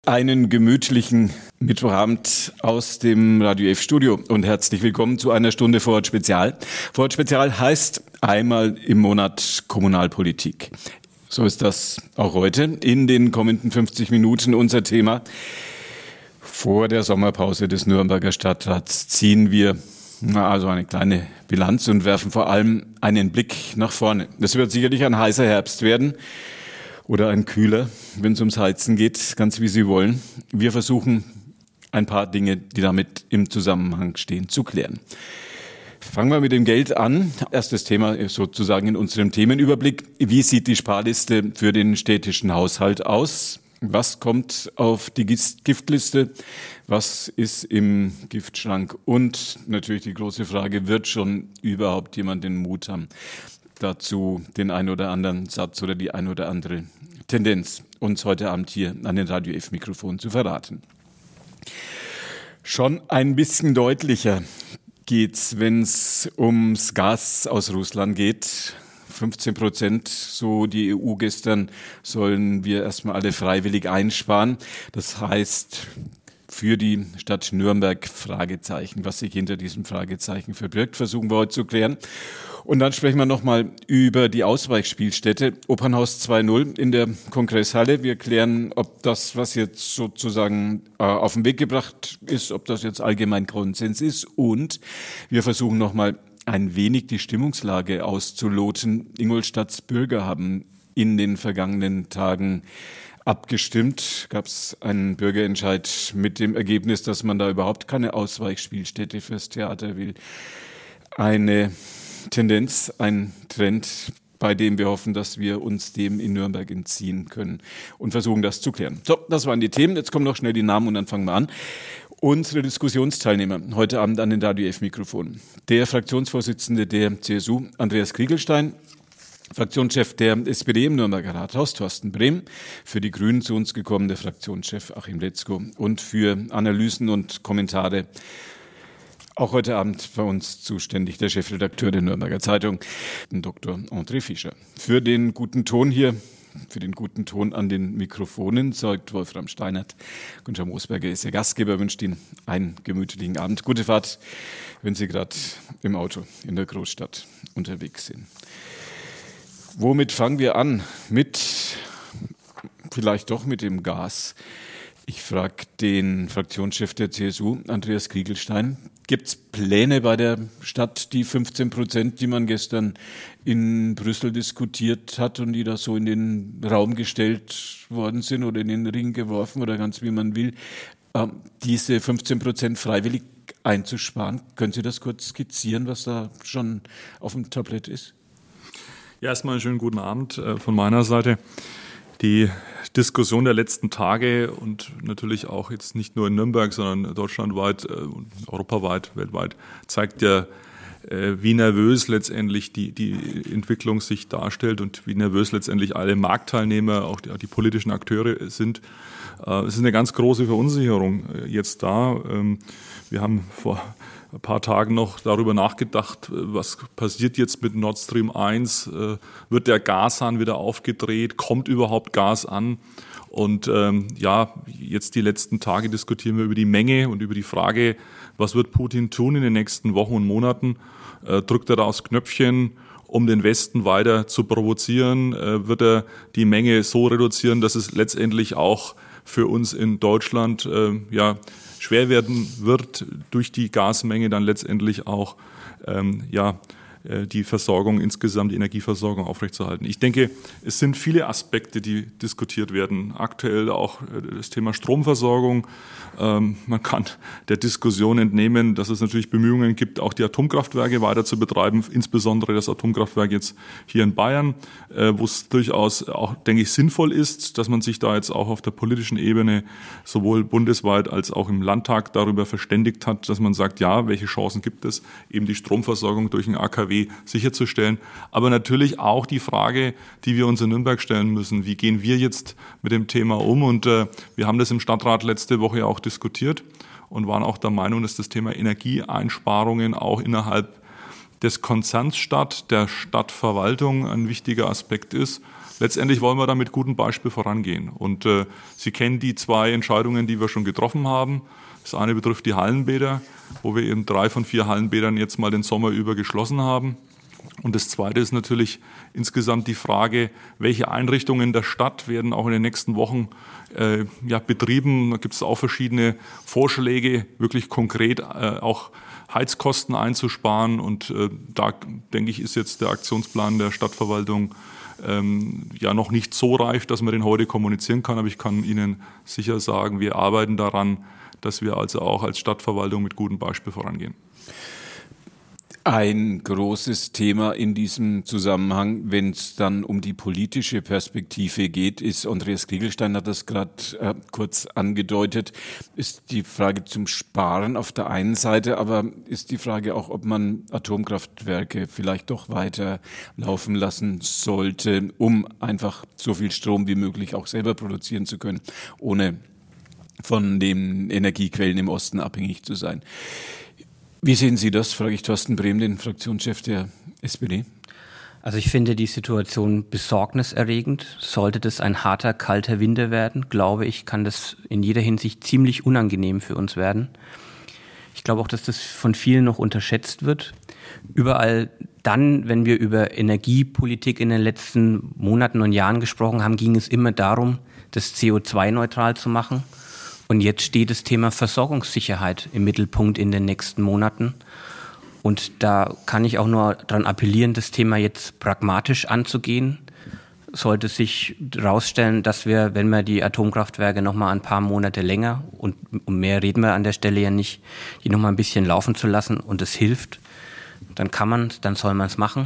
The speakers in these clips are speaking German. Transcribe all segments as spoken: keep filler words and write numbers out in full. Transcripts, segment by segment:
Einen gemütlichen Mittwochabend aus dem Radio F-Studio und herzlich willkommen zu einer Stunde Vorort Spezial. Vorort Spezial heißt einmal im Monat Kommunalpolitik. So ist das auch heute. In den kommenden fünfzig Minuten unser Thema. Vor der Sommerpause des Nürnberger Stadtrats ziehen wir also eine kleine Bilanz und werfen vor allem einen Blick nach vorne. Es wird sicherlich ein heißer Herbst werden. Oder ein kühler, wenn es ums Heizen geht, ganz wie Sie wollen. Wir versuchen, ein paar Dinge, die damit im Zusammenhang stehen, zu klären. Fangen wir mit dem Geld an. Erstes Thema sozusagen in unserem Themenüberblick. Wie sieht die Sparliste für den städtischen Haushalt aus? Was kommt auf die Giftliste? Was ist im Giftschrank? Und natürlich die große Frage, wird schon überhaupt jemand den Mut haben, dazu den ein oder anderen Satz oder die ein oder andere Tendenz uns heute Abend hier an den Radio F-Mikrofonen zu verraten. Schon ein bisschen deutlicher geht's, wenn es ums Gas aus Russland geht. fünfzehn Prozent, so die E U gestern, sollen wir erstmal alle freiwillig einsparen. Das heißt, für die Stadt Nürnberg Fragezeichen. Was sich hinter diesem Fragezeichen verbirgt, versuchen wir heute zu klären. Und dann sprechen wir nochmal über die Ausweichspielstätte Opernhaus zwei Punkt null in der Kongresshalle. Wir klären, ob das, was jetzt sozusagen äh, auf den Weg gebracht ist, ob das jetzt allgemein Konsens ist. Und wir versuchen nochmal ein wenig die Stimmungslage auszuloten. Ingolstadts Bürger haben in den vergangenen Tagen abgestimmt. Gab es einen Bürgerentscheid mit dem Ergebnis, dass man da überhaupt keine Ausweichspielstätte fürs Theater will. Eine Tendenz, ein Trend, bei dem wir hoffen, dass wir uns dem in Nürnberg entziehen können und versuchen, das zu klären. So, das waren die Themen. Jetzt kommen noch schnell die Namen und dann fangen wir an. Unsere Diskussionsteilnehmer heute Abend an den Radio F-Mikrofonen. Der Fraktionsvorsitzende der C S U, Andreas Kriegelstein, Fraktionschef der S P D im Nürnberger Rathaus, Thorsten Brehm, für die Grünen zu uns gekommen, der Fraktionschef Achim Letzko und für Analysen und Kommentare auch heute Abend bei uns zuständig der Chefredakteur der Nürnberger Zeitung, Doktor André Fischer. Für den guten Ton hier, für den guten Ton an den Mikrofonen sorgt Wolfram Steinert. Günther Moosberger ist Ihr Gastgeber, wünscht Ihnen einen gemütlichen Abend. Gute Fahrt, wenn Sie gerade im Auto in der Großstadt unterwegs sind. Womit fangen wir an? Mit, vielleicht doch mit dem Gas. Ich frage den Fraktionschef der C S U, Andreas Kriegelstein. Gibt es Pläne bei der Stadt, die fünfzehn Prozent, die man gestern in Brüssel diskutiert hat und die da so in den Raum gestellt worden sind oder in den Ring geworfen oder ganz wie man will, äh, diese fünfzehn Prozent freiwillig einzusparen? Können Sie das kurz skizzieren, was da schon auf dem Tablett ist? Ja, erstmal einen schönen guten Abend äh, von meiner Seite. Die Diskussion der letzten Tage und natürlich auch jetzt nicht nur in Nürnberg, sondern deutschlandweit, äh, europaweit, weltweit, zeigt ja, äh, wie nervös letztendlich die, die Entwicklung sich darstellt und wie nervös letztendlich alle Marktteilnehmer, auch die, auch die politischen Akteure sind. Äh, es ist eine ganz große Verunsicherung äh, jetzt da. Ähm, wir haben vor ein paar Tagen noch darüber nachgedacht, was passiert jetzt mit Nord Stream eins, wird der Gashahn wieder aufgedreht, kommt überhaupt Gas an? Und ähm, ja, jetzt die letzten Tage diskutieren wir über die Menge und über die Frage, was wird Putin tun in den nächsten Wochen und Monaten? Äh, drückt er da aufs Knöpfchen, um den Westen weiter zu provozieren? Äh, wird er die Menge so reduzieren, dass es letztendlich auch für uns in Deutschland äh, ja schwer werden wird, durch die Gasmenge dann letztendlich auch ähm, ja, die Versorgung insgesamt, die Energieversorgung aufrechtzuerhalten. Ich denke, es sind viele Aspekte, die diskutiert werden. Aktuell auch das Thema Stromversorgung. Ähm, man kann der Diskussion entnehmen, dass es natürlich Bemühungen gibt, auch die Atomkraftwerke weiter zu betreiben, insbesondere das Atomkraftwerk jetzt hier in Bayern, äh, wo es durchaus auch, denke ich, sinnvoll ist, dass man sich da jetzt auch auf der politischen Ebene sowohl bundesweit als auch im Landtag darüber verständigt hat, dass man sagt, ja, welche Chancen gibt es, eben die Stromversorgung durch ein A K W sicherzustellen. Aber natürlich auch die Frage, die wir uns in Nürnberg stellen müssen, wie gehen wir jetzt mit dem Thema um? Und äh, wir haben das im Stadtrat letzte Woche auch diskutiert und waren auch der Meinung, dass das Thema Energieeinsparungen auch innerhalb des Konzerns Stadt, der Stadtverwaltung ein wichtiger Aspekt ist. letztendlich wollen wir da mit gutem Beispiel vorangehen. Und äh, Sie kennen die zwei Entscheidungen, die wir schon getroffen haben. Das eine betrifft die Hallenbäder, wo wir eben drei von vier Hallenbädern jetzt mal den Sommer über geschlossen haben. Und das Zweite ist natürlich insgesamt die Frage, welche Einrichtungen der Stadt werden auch in den nächsten Wochen äh, ja, betrieben. Da gibt es auch verschiedene Vorschläge, wirklich konkret äh, auch Heizkosten einzusparen. Und äh, da, denke ich, ist jetzt der Aktionsplan der Stadtverwaltung ähm, ja noch nicht so reif, dass man den heute kommunizieren kann. Aber ich kann Ihnen sicher sagen, wir arbeiten daran, dass wir also auch als Stadtverwaltung mit gutem Beispiel vorangehen. Ein großes Thema in diesem Zusammenhang, wenn es dann um die politische Perspektive geht, ist, Andreas Kriegelstein hat das gerade äh, kurz angedeutet, ist die Frage zum Sparen auf der einen Seite, aber ist die Frage auch, ob man Atomkraftwerke vielleicht doch weiter laufen lassen sollte, um einfach so viel Strom wie möglich auch selber produzieren zu können, ohne von den Energiequellen im Osten abhängig zu sein. Wie sehen Sie das, frage ich Thorsten Brehm, den Fraktionschef der S P D. Also ich finde die Situation besorgniserregend. Sollte das ein harter, kalter Winter werden, glaube ich, kann das in jeder Hinsicht ziemlich unangenehm für uns werden. Ich glaube auch, dass das von vielen noch unterschätzt wird. Überall dann, wenn wir über Energiepolitik in den letzten Monaten und Jahren gesprochen haben, ging es immer darum, das C O zwei neutral zu machen. Und jetzt steht das Thema Versorgungssicherheit im Mittelpunkt in den nächsten Monaten. Und da kann ich auch nur daran appellieren, das Thema jetzt pragmatisch anzugehen. Sollte sich herausstellen, dass wir, wenn wir die Atomkraftwerke noch mal ein paar Monate länger, und um mehr reden wir an der Stelle ja nicht, die noch mal ein bisschen laufen zu lassen und es hilft, dann kann man, dann soll man es machen.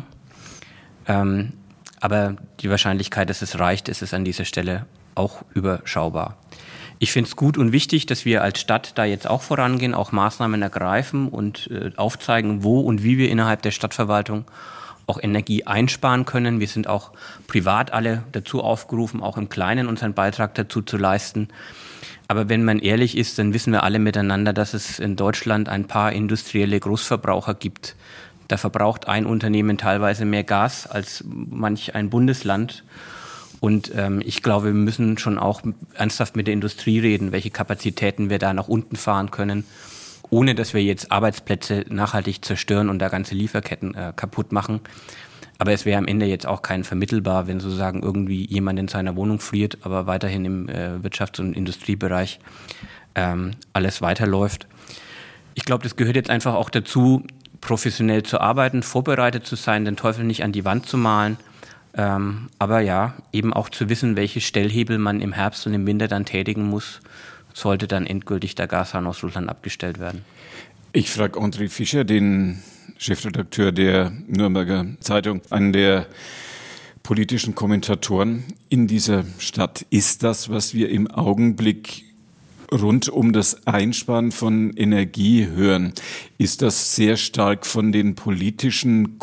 Ähm, aber die Wahrscheinlichkeit, dass es reicht, ist es an dieser Stelle auch überschaubar. Ich finde es gut und wichtig, dass wir als Stadt da jetzt auch vorangehen, auch Maßnahmen ergreifen und äh, aufzeigen, wo und wie wir innerhalb der Stadtverwaltung auch Energie einsparen können. Wir sind auch privat alle dazu aufgerufen, auch im Kleinen unseren Beitrag dazu zu leisten. Aber wenn man ehrlich ist, dann wissen wir alle miteinander, dass es in Deutschland ein paar industrielle Großverbraucher gibt. Da verbraucht ein Unternehmen teilweise mehr Gas als manch ein Bundesland. Und ähm, ich glaube, wir müssen schon auch ernsthaft mit der Industrie reden, welche Kapazitäten wir da nach unten fahren können, ohne dass wir jetzt Arbeitsplätze nachhaltig zerstören und da ganze Lieferketten äh, kaputt machen. Aber es wäre am Ende jetzt auch kein vermittelbar, wenn sozusagen irgendwie jemand in seiner Wohnung friert, aber weiterhin im äh, Wirtschafts- und Industriebereich ähm, alles weiterläuft. Ich glaube, das gehört jetzt einfach auch dazu, professionell zu arbeiten, vorbereitet zu sein, den Teufel nicht an die Wand zu malen. Ähm, aber ja, eben auch zu wissen, welche Stellhebel man im Herbst und im Winter dann tätigen muss, sollte dann endgültig der Gashahn aus Russland abgestellt werden. Ich frage André Fischer, den Chefredakteur der Nürnberger Zeitung, einen der politischen Kommentatoren in dieser Stadt. Ist das, was wir im Augenblick rund um das Einsparen von Energie hören, ist das sehr stark von den politischen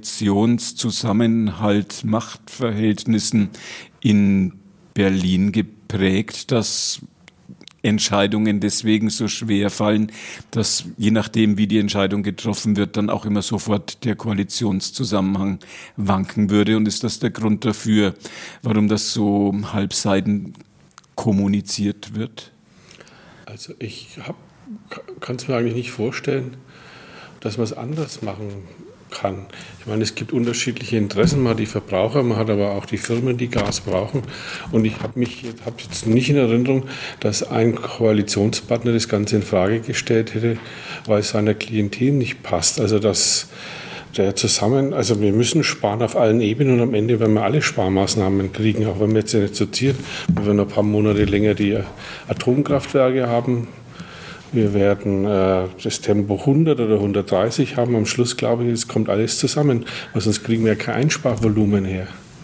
Koalitionszusammenhalt, Machtverhältnissen in Berlin geprägt, dass Entscheidungen deswegen so schwer fallen, dass je nachdem, wie die Entscheidung getroffen wird, dann auch immer sofort der Koalitionszusammenhang wanken würde? Und ist das der Grund dafür, warum das so halbseiten kommuniziert wird? Also ich kann es mir eigentlich nicht vorstellen, dass man es anders machen kann. Ich meine, es gibt unterschiedliche Interessen. Man hat die Verbraucher, man hat aber auch die Firmen, die Gas brauchen. Und ich habe mich hab jetzt nicht in Erinnerung, dass ein Koalitionspartner das Ganze in Frage gestellt hätte, weil es seiner Klientel nicht passt. Also dass der zusammen, also wir müssen sparen auf allen Ebenen und am Ende werden wir alle Sparmaßnahmen kriegen, auch wenn wir jetzt nicht so ziehen, wir werden ein paar Monate länger die Atomkraftwerke haben. Wir werden äh, das Tempo hundert oder hundertdreißig haben. Am Schluss glaube ich, es kommt alles zusammen, weil sonst kriegen wir kein Einsparvolumen her.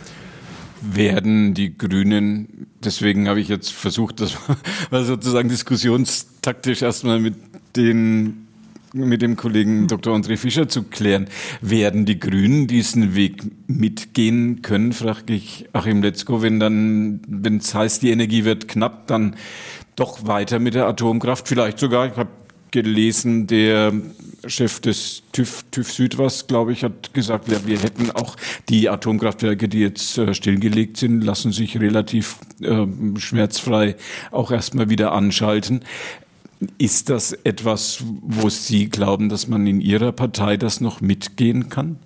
Werden die Grünen, deswegen habe ich jetzt versucht, das war sozusagen diskussionstaktisch erstmal mit den mit dem Kollegen Doktor André Fischer zu klären. Werden die Grünen diesen Weg mitgehen können, frage ich Achim Letzko, wenn dann, wenn es heißt, die Energie wird knapp, dann doch weiter mit der Atomkraft, vielleicht sogar, ich habe gelesen, der Chef des TÜV, TÜV Süd, was glaube ich, hat gesagt, ja, wir hätten auch die Atomkraftwerke, die jetzt äh, stillgelegt sind, lassen sich relativ äh, schmerzfrei auch erstmal wieder anschalten. Ist das etwas, wo Sie glauben, dass man in Ihrer Partei das noch mitgehen kann?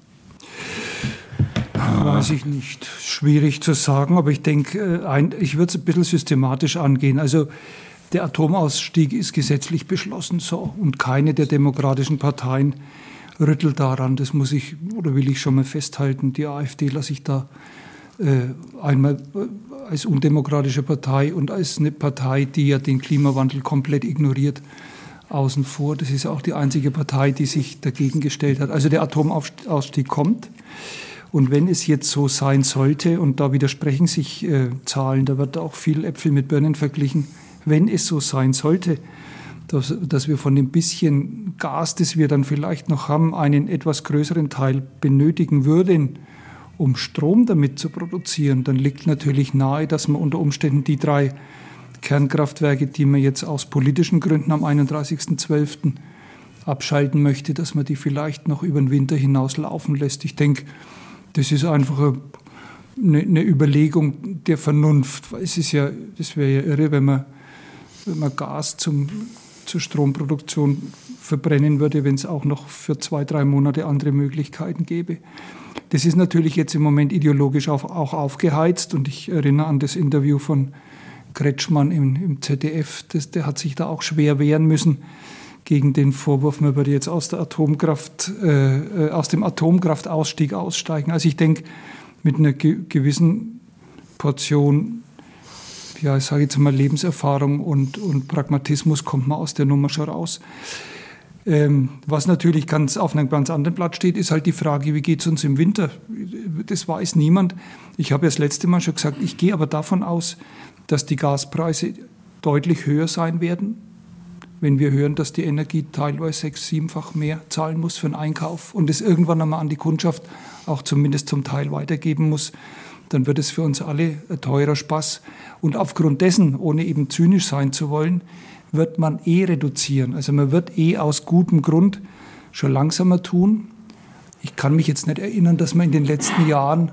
Weiß ich nicht. Schwierig zu sagen, aber ich denke, ich würde es ein bisschen systematisch angehen. Also der Atomausstieg ist gesetzlich beschlossen so und keine der demokratischen Parteien rüttelt daran. Das muss ich oder will ich schon mal festhalten. Die AfD lasse ich da äh, einmal als undemokratische Partei und als eine Partei, die ja den Klimawandel komplett ignoriert, außen vor. Das ist auch die einzige Partei, die sich dagegen gestellt hat. Also der Atomausstieg kommt. Und wenn es jetzt so sein sollte, und da widersprechen sich äh, Zahlen, da wird auch viel Äpfel mit Birnen verglichen, wenn es so sein sollte, dass, dass wir von dem bisschen Gas, das wir dann vielleicht noch haben, einen etwas größeren Teil benötigen würden, um Strom damit zu produzieren, dann liegt natürlich nahe, dass man unter Umständen die drei Kernkraftwerke, die man jetzt aus politischen Gründen am einunddreißigsten zwölften abschalten möchte, dass man die vielleicht noch über den Winter hinaus laufen lässt. Ich denke, das ist einfach eine, eine Überlegung der Vernunft. Es ist ja, das wäre ja irre, wenn man, wenn man Gas zum, zur Stromproduktion verbrennen würde, wenn es auch noch für zwei, drei Monate andere Möglichkeiten gäbe. Das ist natürlich jetzt im Moment ideologisch auch, auch aufgeheizt und ich erinnere an das Interview von Kretschmann im, im Z D F. Das, der hat sich da auch schwer wehren müssen gegen den Vorwurf, man würde jetzt aus der Atomkraft, äh, aus dem Atomkraftausstieg aussteigen. Also ich denke, mit einer ge- gewissen Portion, ja, ich sage jetzt mal Lebenserfahrung und, und Pragmatismus kommt man aus der Nummer schon raus. Ähm, was natürlich ganz auf einem ganz anderen Blatt steht, ist halt die Frage, wie geht es uns im Winter? Das weiß niemand. Ich habe ja das letzte Mal schon gesagt, ich gehe aber davon aus, dass die Gaspreise deutlich höher sein werden, wenn wir hören, dass die Energie teilweise sechs-, siebenfach mehr zahlen muss für einen Einkauf und es irgendwann einmal an die Kundschaft auch zumindest zum Teil weitergeben muss, dann wird es für uns alle ein teurer Spaß. Und aufgrund dessen, ohne eben zynisch sein zu wollen, wird man eh reduzieren. Also man wird eh aus gutem Grund schon langsamer tun. Ich kann mich jetzt nicht erinnern, dass man in den letzten Jahren,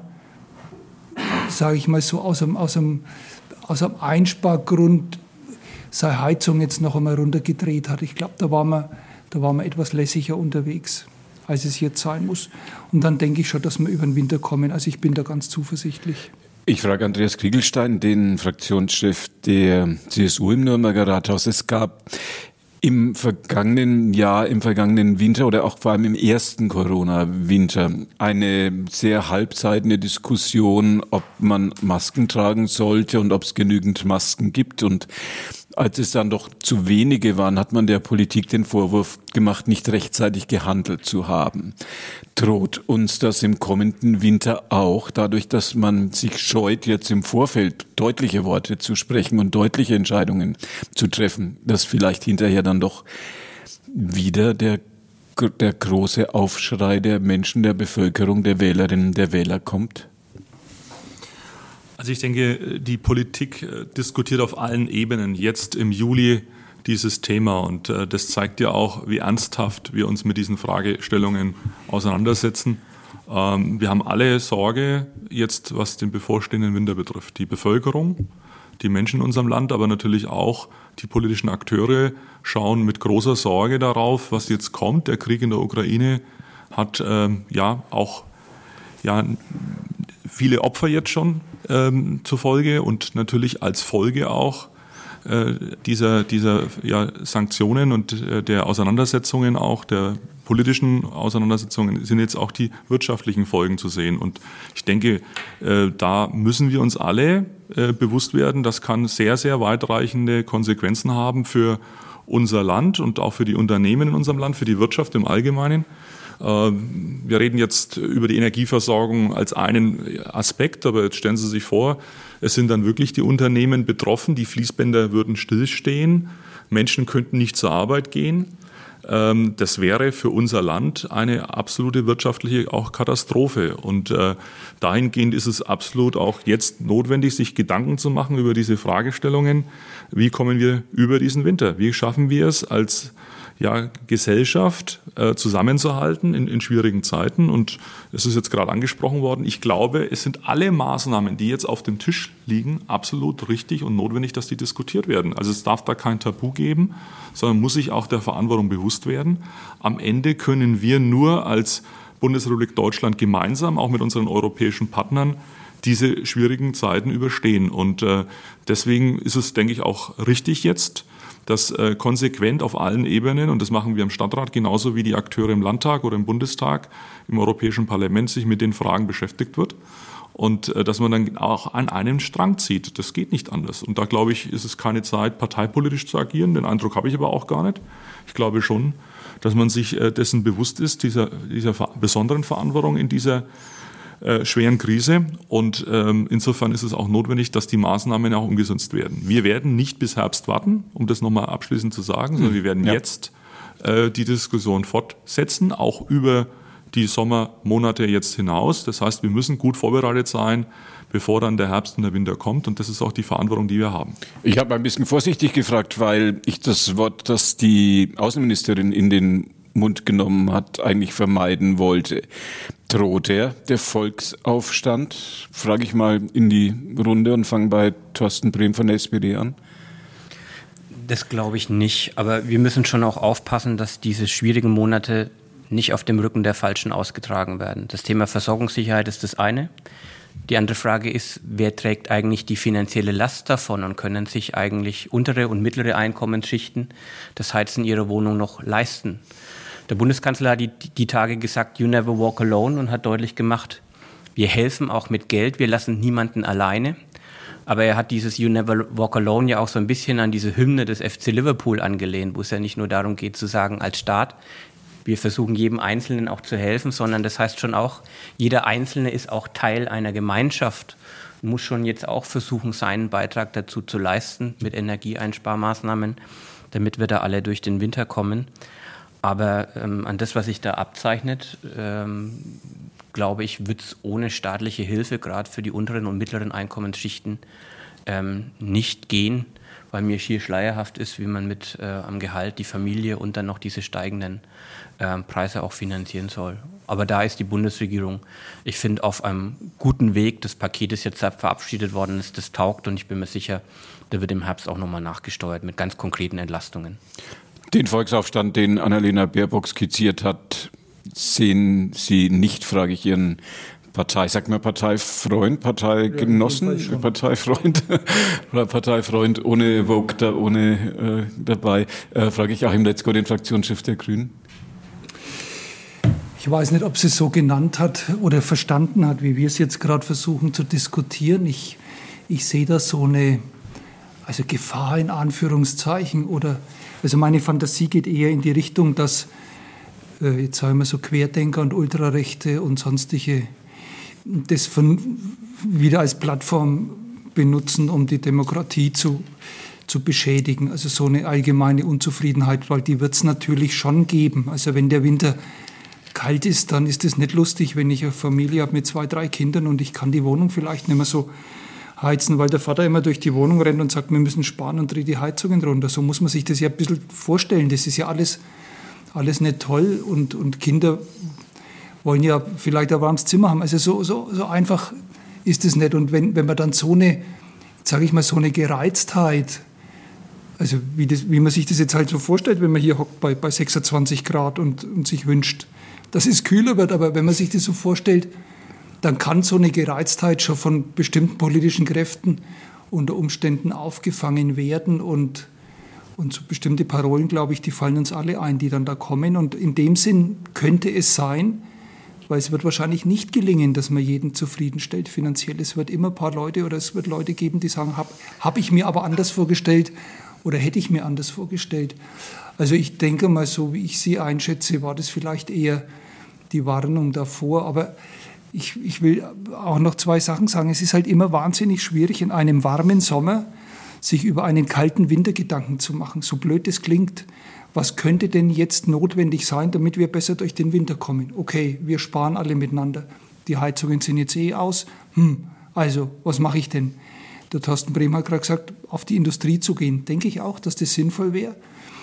sage ich mal so, aus einem, aus einem, aus einem Einspargrund seine Heizung jetzt noch einmal runtergedreht hat. Ich glaube, da waren wir, da waren wir etwas lässiger unterwegs, als es jetzt sein muss. Und dann denke ich schon, dass wir über den Winter kommen. Also ich bin da ganz zuversichtlich. Ich frage Andreas Kriegelstein, den Fraktionschef der C S U im Nürnberger Rathaus. Es gab im vergangenen Jahr, im vergangenen Winter oder auch vor allem im ersten Corona-Winter eine sehr halbseitende Diskussion, ob man Masken tragen sollte und ob es genügend Masken gibt. Und als es dann doch zu wenige waren, hat man der Politik den Vorwurf gemacht, nicht rechtzeitig gehandelt zu haben. Droht uns das im kommenden Winter auch, dadurch, dass man sich scheut, jetzt im Vorfeld deutliche Worte zu sprechen und deutliche Entscheidungen zu treffen, dass vielleicht hinterher dann doch wieder der, der große Aufschrei der Menschen, der Bevölkerung, der Wählerinnen, der Wähler kommt? Also ich denke, die Politik diskutiert auf allen Ebenen jetzt im Juli dieses Thema und äh, das zeigt ja auch, wie ernsthaft wir uns mit diesen Fragestellungen auseinandersetzen. Ähm, wir haben alle Sorge jetzt, was den bevorstehenden Winter betrifft. Die Bevölkerung, die Menschen in unserem Land, aber natürlich auch die politischen Akteure schauen mit großer Sorge darauf, was jetzt kommt. Der Krieg in der Ukraine hat ähm, ja auch ja, viele Opfer jetzt schon ähm, zur Folge und natürlich als Folge auch dieser, dieser ja, Sanktionen und äh, der Auseinandersetzungen, auch der politischen Auseinandersetzungen, sind jetzt auch die wirtschaftlichen Folgen zu sehen. Und ich denke, äh, da müssen wir uns alle äh, bewusst werden, das kann sehr, sehr weitreichende Konsequenzen haben für unser Land und auch für die Unternehmen in unserem Land, für die Wirtschaft im Allgemeinen. Wir reden jetzt über die Energieversorgung als einen Aspekt, aber jetzt stellen Sie sich vor, es sind dann wirklich die Unternehmen betroffen, die Fließbänder würden stillstehen, Menschen könnten nicht zur Arbeit gehen. Das wäre für unser Land eine absolute wirtschaftliche auch Katastrophe. Und dahingehend ist es absolut auch jetzt notwendig, sich Gedanken zu machen über diese Fragestellungen. Wie kommen wir über diesen Winter? Wie schaffen wir es als ja, Gesellschaft äh, zusammenzuhalten in, in schwierigen Zeiten. Und es ist jetzt gerade angesprochen worden. Ich glaube, es sind alle Maßnahmen, die jetzt auf dem Tisch liegen, absolut richtig und notwendig, dass die diskutiert werden. Also es darf da kein Tabu geben, sondern muss sich auch der Verantwortung bewusst werden. Am Ende können wir nur als Bundesrepublik Deutschland gemeinsam, auch mit unseren europäischen Partnern, diese schwierigen Zeiten überstehen. Und äh, deswegen ist es, denke ich, auch richtig jetzt, dass äh, konsequent auf allen Ebenen, und das machen wir im Stadtrat genauso wie die Akteure im Landtag oder im Bundestag, im Europäischen Parlament, sich mit den Fragen beschäftigt wird. Und äh, dass man dann auch an einem Strang zieht. Das geht nicht anders. Und da, glaube ich, ist es keine Zeit, parteipolitisch zu agieren. Den Eindruck habe ich aber auch gar nicht. Ich glaube schon, dass man sich äh, dessen bewusst ist, dieser, dieser besonderen Verantwortung in dieser Äh, schweren Krise, und ähm, insofern ist es auch notwendig, dass die Maßnahmen auch umgesetzt werden. Wir werden nicht bis Herbst warten, um das nochmal abschließend zu sagen, sondern wir werden ja. jetzt äh, die Diskussion fortsetzen, auch über die Sommermonate jetzt hinaus. Das heißt, wir müssen gut vorbereitet sein, bevor dann der Herbst und der Winter kommt, und das ist auch die Verantwortung, die wir haben. Ich habe ein bisschen vorsichtig gefragt, weil ich das Wort, das die Außenministerin in den Mund genommen hat, eigentlich vermeiden wollte. Droht er, der Volksaufstand? Frage ich mal in die Runde und fange bei Thorsten Brehm von der S P D an. Das glaube ich nicht, aber wir müssen schon auch aufpassen, dass diese schwierigen Monate nicht auf dem Rücken der Falschen ausgetragen werden. Das Thema Versorgungssicherheit ist das eine. Die andere Frage ist, wer trägt eigentlich die finanzielle Last davon, und können sich eigentlich untere und mittlere Einkommensschichten das Heizen ihrer Wohnung noch leisten? Der Bundeskanzler hat die, die Tage gesagt, you never walk alone, und hat deutlich gemacht, wir helfen auch mit Geld, wir lassen niemanden alleine. Aber er hat dieses You never walk alone ja auch so ein bisschen an diese Hymne des F C Liverpool angelehnt, wo es ja nicht nur darum geht zu sagen, als Staat, wir versuchen jedem Einzelnen auch zu helfen, sondern das heißt schon auch, jeder Einzelne ist auch Teil einer Gemeinschaft und muss schon jetzt auch versuchen, seinen Beitrag dazu zu leisten mit Energieeinsparmaßnahmen, damit wir da alle durch den Winter kommen. Aber ähm, an das, was sich da abzeichnet, ähm, glaube ich, wird es ohne staatliche Hilfe, gerade für die unteren und mittleren Einkommensschichten, ähm, nicht gehen, weil mir schier schleierhaft ist, wie man mit äh, am Gehalt die Familie und dann noch diese steigenden äh, Preise auch finanzieren soll. Aber da ist die Bundesregierung, ich finde, auf einem guten Weg. Das Paket ist jetzt verabschiedet worden, ist, das taugt, und ich bin mir sicher, da wird im Herbst auch nochmal nachgesteuert mit ganz konkreten Entlastungen. Den Volksaufstand, den Annalena Baerbock skizziert hat, sehen Sie nicht, frage ich Ihren Partei, sagt man Parteifreund, Parteigenossen, ja, Parteifreund, Parteifreund ohne Vogue, da, ohne äh, dabei, äh, frage ich Achim Letzko, den Fraktionschef der Grünen. Ich weiß nicht, ob sie es so genannt hat oder verstanden hat, wie wir es jetzt gerade versuchen zu diskutieren. Ich, ich sehe da so eine also Gefahr in Anführungszeichen, oder also meine Fantasie geht eher in die Richtung, dass äh, jetzt sagen wir so Querdenker und Ultrarechte und sonstige das von, wieder als Plattform benutzen, um die Demokratie zu, zu beschädigen. Also so eine allgemeine Unzufriedenheit, weil die wird es natürlich schon geben. Also wenn der Winter kalt ist, dann ist es nicht lustig, wenn ich eine Familie habe mit zwei, drei Kindern und ich kann die Wohnung vielleicht nicht mehr so heizen, weil der Vater immer durch die Wohnung rennt und sagt, wir müssen sparen und dreht die Heizungen runter. So muss man sich das ja ein bisschen vorstellen. Das ist ja alles, alles nicht toll, und, und Kinder wollen ja vielleicht ein warmes Zimmer haben. Also so, so, so einfach ist es nicht. Und wenn, wenn man dann so eine, sage ich mal, so eine Gereiztheit, also wie, das, wie man sich das jetzt halt so vorstellt, wenn man hier hockt bei, bei sechsundzwanzig Grad und, und sich wünscht, dass es kühler wird, aber wenn man sich das so vorstellt, dann kann so eine Gereiztheit schon von bestimmten politischen Kräften unter Umständen aufgefangen werden, und, und so bestimmte Parolen, glaube ich, die fallen uns alle ein, die dann da kommen, und in dem Sinn könnte es sein, weil es wird wahrscheinlich nicht gelingen, dass man jeden zufriedenstellt finanziell. Es wird immer ein paar Leute oder es wird Leute geben, die sagen, habe hab ich mir aber anders vorgestellt oder hätte ich mir anders vorgestellt. Also ich denke mal, so wie ich Sie einschätze, war das vielleicht eher die Warnung davor. Aber ich, ich will auch noch zwei Sachen sagen. Es ist halt immer wahnsinnig schwierig, in einem warmen Sommer sich über einen kalten Winter Gedanken zu machen. So blöd es klingt. Was könnte denn jetzt notwendig sein, damit wir besser durch den Winter kommen? Okay, wir sparen alle miteinander. Die Heizungen sind jetzt eh aus. Hm, also, was mache ich denn? Der Thorsten Brehm hat gerade gesagt, auf die Industrie zu gehen. Denke ich auch, dass das sinnvoll wäre.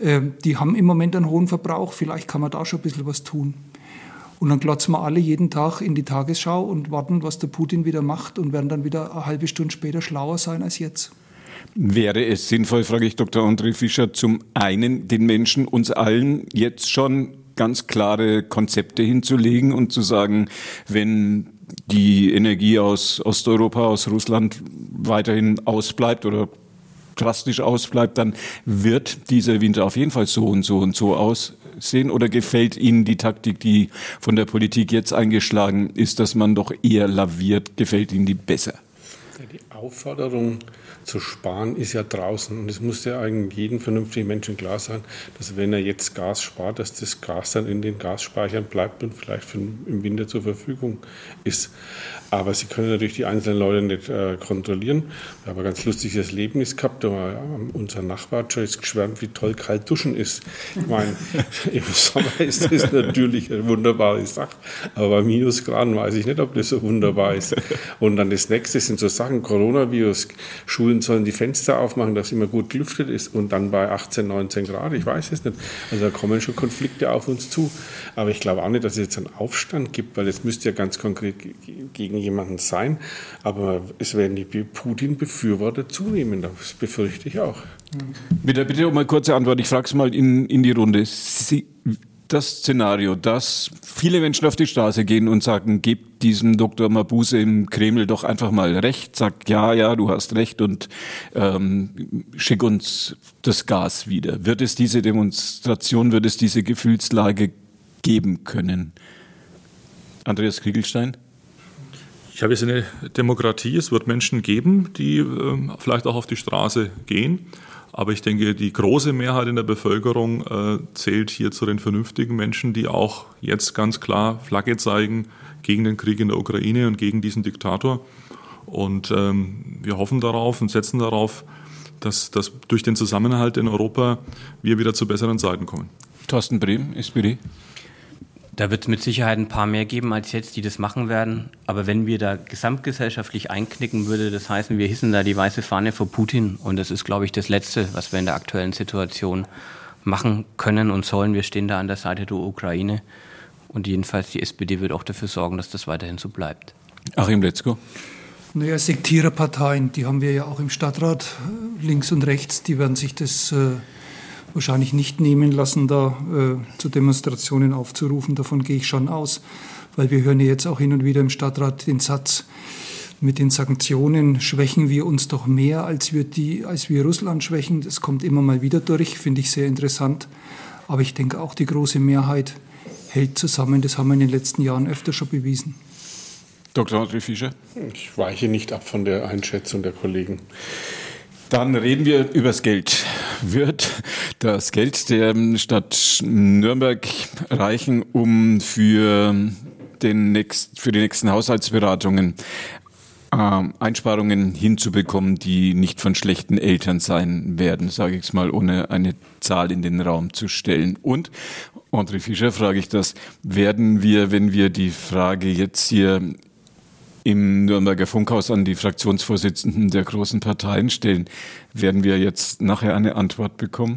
Die haben im Moment einen hohen Verbrauch, vielleicht kann man da schon ein bisschen was tun. Und dann glotzen wir alle jeden Tag in die Tagesschau und warten, was der Putin wieder macht und werden dann wieder eine halbe Stunde später schlauer sein als jetzt. Wäre es sinnvoll, frage ich Doktor André Fischer, zum einen den Menschen, uns allen jetzt schon ganz klare Konzepte hinzulegen und zu sagen, wenn die Energie aus Osteuropa, aus Russland weiterhin ausbleibt oder drastisch ausbleibt, dann wird dieser Winter auf jeden Fall so und so und so aussehen? Oder gefällt Ihnen die Taktik, die von der Politik jetzt eingeschlagen ist, dass man doch eher laviert? Gefällt Ihnen die besser? Die Aufforderung zu sparen ist ja draußen und es muss ja eigentlich jedem vernünftigen Menschen klar sein, dass wenn er jetzt Gas spart, dass das Gas dann in den Gasspeichern bleibt und vielleicht für im Winter zur Verfügung ist. Aber Sie können natürlich die einzelnen Leute nicht äh, kontrollieren. Ich habe ein ganz lustiges Erlebnis gehabt, da war, ja, unser Nachbar hat schon jetzt geschwärmt, wie toll kalt duschen ist. Ich meine, im Sommer ist das natürlich eine wunderbare Sache, aber bei Minusgraden weiß ich nicht, ob das so wunderbar ist. Und dann das nächste sind so Sachen, Coronavirus, Schulen sollen die Fenster aufmachen, dass immer gut gelüftet ist und dann bei achtzehn, neunzehn Grad, ich weiß es nicht. Also da kommen schon Konflikte auf uns zu. Aber ich glaube auch nicht, dass es jetzt einen Aufstand gibt, weil es müsste ja ganz konkret gegen jemanden sein. Aber es werden die Putin-Befürworter zunehmen, das befürchte ich auch. Bitte, bitte um eine kurze Antwort. Ich frage es mal in, in die Runde. Sie, das Szenario, dass viele Menschen auf die Straße gehen und sagen, gebt diesem Doktor Mabuse im Kreml doch einfach mal recht, sagt, ja, ja, du hast recht und ähm, schick uns das Gas wieder. Wird es diese Demonstration, wird es diese Gefühlslage geben können? Andreas Kriegelstein? Ich habe jetzt eine Demokratie, es wird Menschen geben, die äh, vielleicht auch auf die Straße gehen. Aber ich denke, die große Mehrheit in der Bevölkerung äh, zählt hier zu den vernünftigen Menschen, die auch jetzt ganz klar Flagge zeigen gegen den Krieg in der Ukraine und gegen diesen Diktator. Und ähm, wir hoffen darauf und setzen darauf, dass, dass durch den Zusammenhalt in Europa wir wieder zu besseren Zeiten kommen. Thorsten Brehm, S P D. Da wird es mit Sicherheit ein paar mehr geben als jetzt, die das machen werden. Aber wenn wir da gesamtgesellschaftlich einknicken, würde das heißen, wir hissen da die weiße Fahne vor Putin. Und das ist, glaube ich, das Letzte, was wir in der aktuellen Situation machen können und sollen. Wir stehen da an der Seite der Ukraine. Und jedenfalls die S P D wird auch dafür sorgen, dass das weiterhin so bleibt. Achim Letzko. Naja, Sektiererparteien, die haben wir ja auch im Stadtrat, links und rechts, die werden sich das äh, wahrscheinlich nicht nehmen lassen, da äh, zu Demonstrationen aufzurufen. Davon gehe ich schon aus, weil wir hören ja jetzt auch hin und wieder im Stadtrat den Satz, mit den Sanktionen schwächen wir uns doch mehr, als wir, die, als wir Russland schwächen. Das kommt immer mal wieder durch, finde ich sehr interessant. Aber ich denke auch, die große Mehrheit hält zusammen. Das haben wir in den letzten Jahren öfter schon bewiesen. Doktor André Fischer? Ich weiche nicht ab von der Einschätzung der Kollegen. Dann reden wir über das Geld. Wird das Geld der Stadt Nürnberg reichen, um für, den nächst, für die nächsten Haushaltsberatungen äh, Einsparungen hinzubekommen, die nicht von schlechten Eltern sein werden, sage ich es mal, ohne eine Zahl in den Raum zu stellen? Und André Fischer frage ich das, werden wir, wenn wir die Frage jetzt hier im Nürnberger Funkhaus an die Fraktionsvorsitzenden der großen Parteien stellen, werden wir jetzt nachher eine Antwort bekommen?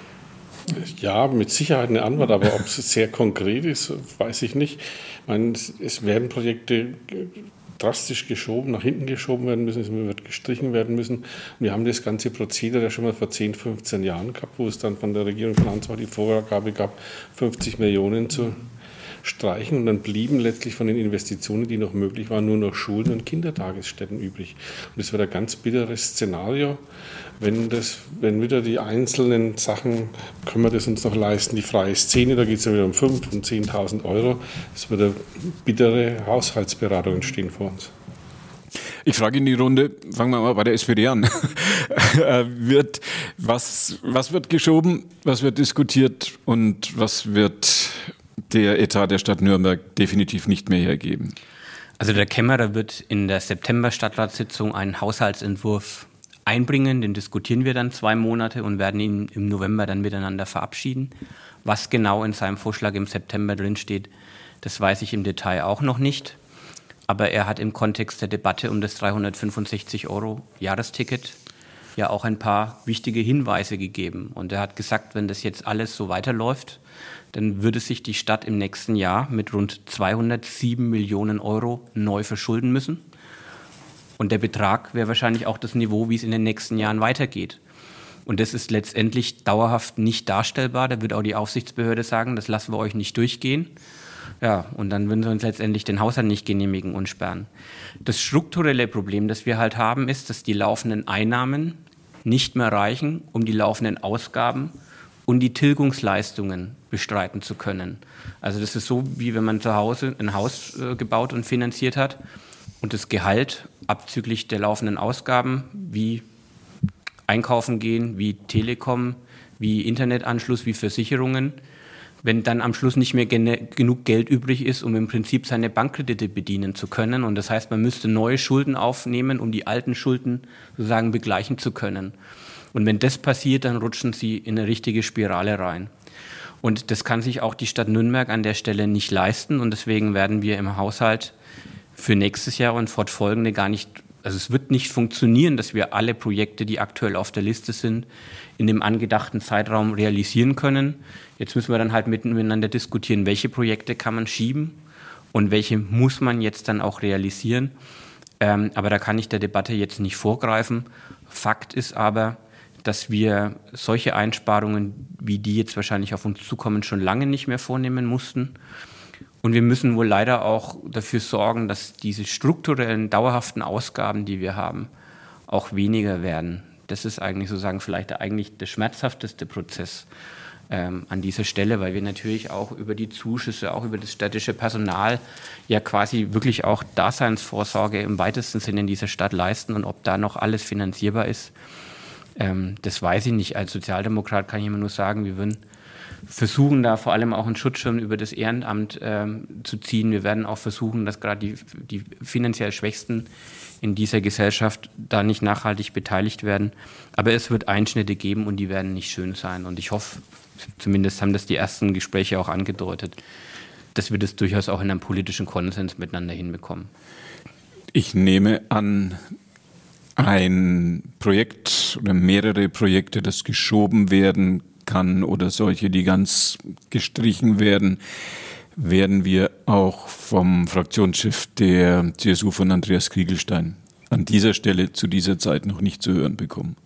Ja, mit Sicherheit eine Antwort, aber ob es sehr konkret ist, weiß ich nicht. Ich meine, es werden Projekte drastisch geschoben, nach hinten geschoben werden müssen, es wird gestrichen werden müssen. Und wir haben das ganze Prozedere ja schon mal vor zehn, fünfzehn Jahren gehabt, wo es dann von der Regierung Finanzmarkt die Vorgabe gab, fünfzig Millionen zu streichen, und dann blieben letztlich von den Investitionen, die noch möglich waren, nur noch Schulen und Kindertagesstätten übrig. Und das wird ein ganz bitteres Szenario, wenn das, wenn wieder die einzelnen Sachen, können wir das uns noch leisten, die freie Szene, da geht es ja wieder um fünftausend und zehntausend Euro, es wird eine bittere Haushaltsberatung entstehen vor uns. Ich frage in die Runde, fangen wir mal bei der S P D an. wird, was, was wird geschoben, was wird diskutiert und was wird der Etat der Stadt Nürnberg definitiv nicht mehr hergeben? Also der Kämmerer wird in der September-Stadtratssitzung einen Haushaltsentwurf einbringen. Den diskutieren wir dann zwei Monate und werden ihn im November dann miteinander verabschieden. Was genau in seinem Vorschlag im September drinsteht, das weiß ich im Detail auch noch nicht. Aber er hat im Kontext der Debatte um das dreihundertfünfundsechzig Euro Jahresticket ja auch ein paar wichtige Hinweise gegeben. Und er hat gesagt, wenn das jetzt alles so weiterläuft, dann würde sich die Stadt im nächsten Jahr mit rund zweihundertsieben Millionen Euro neu verschulden müssen. Und der Betrag wäre wahrscheinlich auch das Niveau, wie es in den nächsten Jahren weitergeht. Und das ist letztendlich dauerhaft nicht darstellbar. Da wird auch die Aufsichtsbehörde sagen, das lassen wir euch nicht durchgehen. Ja, und dann würden sie uns letztendlich den Haushalt nicht genehmigen und sperren. Das strukturelle Problem, das wir halt haben, ist, dass die laufenden Einnahmen nicht mehr reichen, um die laufenden Ausgaben und die Tilgungsleistungen bestreiten zu können. Also das ist so, wie wenn man zu Hause ein Haus äh, gebaut und finanziert hat und das Gehalt abzüglich der laufenden Ausgaben wie Einkaufen gehen, wie Telekom, wie Internetanschluss, wie Versicherungen, wenn dann am Schluss nicht mehr gen- genug Geld übrig ist, um im Prinzip seine Bankkredite bedienen zu können. Und das heißt, man müsste neue Schulden aufnehmen, um die alten Schulden sozusagen begleichen zu können. Und wenn das passiert, dann rutschen sie in eine richtige Spirale rein. Und das kann sich auch die Stadt Nürnberg an der Stelle nicht leisten. Und deswegen werden wir im Haushalt für nächstes Jahr und fortfolgende gar nicht, also es wird nicht funktionieren, dass wir alle Projekte, die aktuell auf der Liste sind, in dem angedachten Zeitraum realisieren können. Jetzt müssen wir dann halt miteinander diskutieren, welche Projekte kann man schieben und welche muss man jetzt dann auch realisieren. Ähm, aber da kann ich der Debatte jetzt nicht vorgreifen. Fakt ist aber, dass wir solche Einsparungen, wie die jetzt wahrscheinlich auf uns zukommen, schon lange nicht mehr vornehmen mussten. Und wir müssen wohl leider auch dafür sorgen, dass diese strukturellen, dauerhaften Ausgaben, die wir haben, auch weniger werden. Das ist eigentlich sozusagen vielleicht eigentlich der schmerzhafteste Prozess ähm, an dieser Stelle, weil wir natürlich auch über die Zuschüsse, auch über das städtische Personal ja quasi wirklich auch Daseinsvorsorge im weitesten Sinne in dieser Stadt leisten. Und ob da noch alles finanzierbar ist, ähm, das weiß ich nicht. Als Sozialdemokrat kann ich immer nur sagen, wir würden versuchen, da vor allem auch einen Schutzschirm über das Ehrenamt ähm, zu ziehen. Wir werden auch versuchen, dass gerade die, die finanziell Schwächsten in dieser Gesellschaft da nicht nachhaltig beteiligt werden. Aber es wird Einschnitte geben und die werden nicht schön sein. Und ich hoffe, zumindest haben das die ersten Gespräche auch angedeutet, dass wir das durchaus auch in einem politischen Konsens miteinander hinbekommen. Ich nehme an, ein Projekt oder mehrere Projekte, das geschoben werden kann oder solche, die ganz gestrichen werden, werden wir auch vom Fraktionschef der C S U von Andreas Kriegelstein an dieser Stelle zu dieser Zeit noch nicht zu hören bekommen.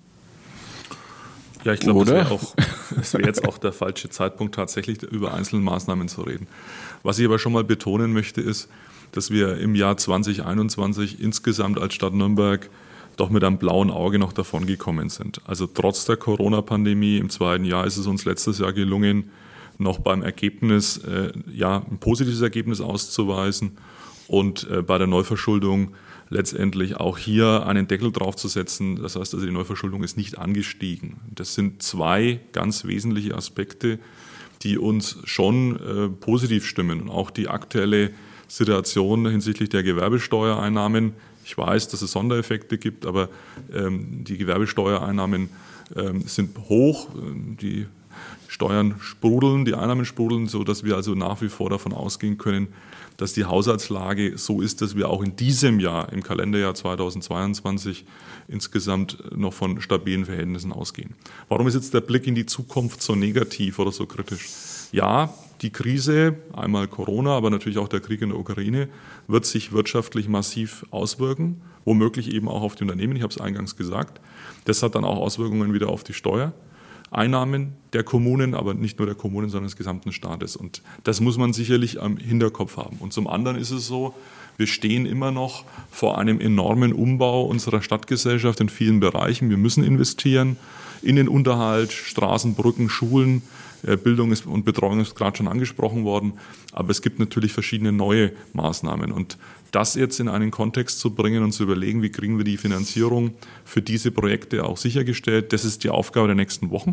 Ja, ich glaube, das wäre auch, das wäre jetzt auch der falsche Zeitpunkt, tatsächlich über einzelne Maßnahmen zu reden. Was ich aber schon mal betonen möchte, ist, dass wir im Jahr zwanzig einundzwanzig insgesamt als Stadt Nürnberg doch mit einem blauen Auge noch davon gekommen sind. Also trotz der Corona-Pandemie im zweiten Jahr ist es uns letztes Jahr gelungen, noch beim Ergebnis, äh, ja, ein positives Ergebnis auszuweisen und äh, bei der Neuverschuldung letztendlich auch hier einen Deckel draufzusetzen. Das heißt also, die Neuverschuldung ist nicht angestiegen. Das sind zwei ganz wesentliche Aspekte, die uns schon äh, positiv stimmen. Und auch die aktuelle Situation hinsichtlich der Gewerbesteuereinnahmen. Ich weiß, dass es Sondereffekte gibt, aber ähm, die Gewerbesteuereinnahmen ähm, sind hoch, die Steuern sprudeln, die Einnahmen sprudeln, sodass wir also nach wie vor davon ausgehen können, dass die Haushaltslage so ist, dass wir auch in diesem Jahr, im Kalenderjahr zweitausendzweiundzwanzig, insgesamt noch von stabilen Verhältnissen ausgehen. Warum ist jetzt der Blick in die Zukunft so negativ oder so kritisch? Ja, die Krise, einmal Corona, aber natürlich auch der Krieg in der Ukraine, wird sich wirtschaftlich massiv auswirken, womöglich eben auch auf die Unternehmen, ich habe es eingangs gesagt. Das hat dann auch Auswirkungen wieder auf die Steuereinnahmen der Kommunen, aber nicht nur der Kommunen, sondern des gesamten Staates. Und das muss man sicherlich am Hinterkopf haben. Und zum anderen ist es so, wir stehen immer noch vor einem enormen Umbau unserer Stadtgesellschaft in vielen Bereichen. Wir müssen investieren in den Unterhalt, Straßen, Brücken, Schulen. Bildung ist und Betreuung ist gerade schon angesprochen worden, aber es gibt natürlich verschiedene neue Maßnahmen. Und das jetzt in einen Kontext zu bringen und zu überlegen, wie kriegen wir die Finanzierung für diese Projekte auch sichergestellt, das ist die Aufgabe der nächsten Wochen.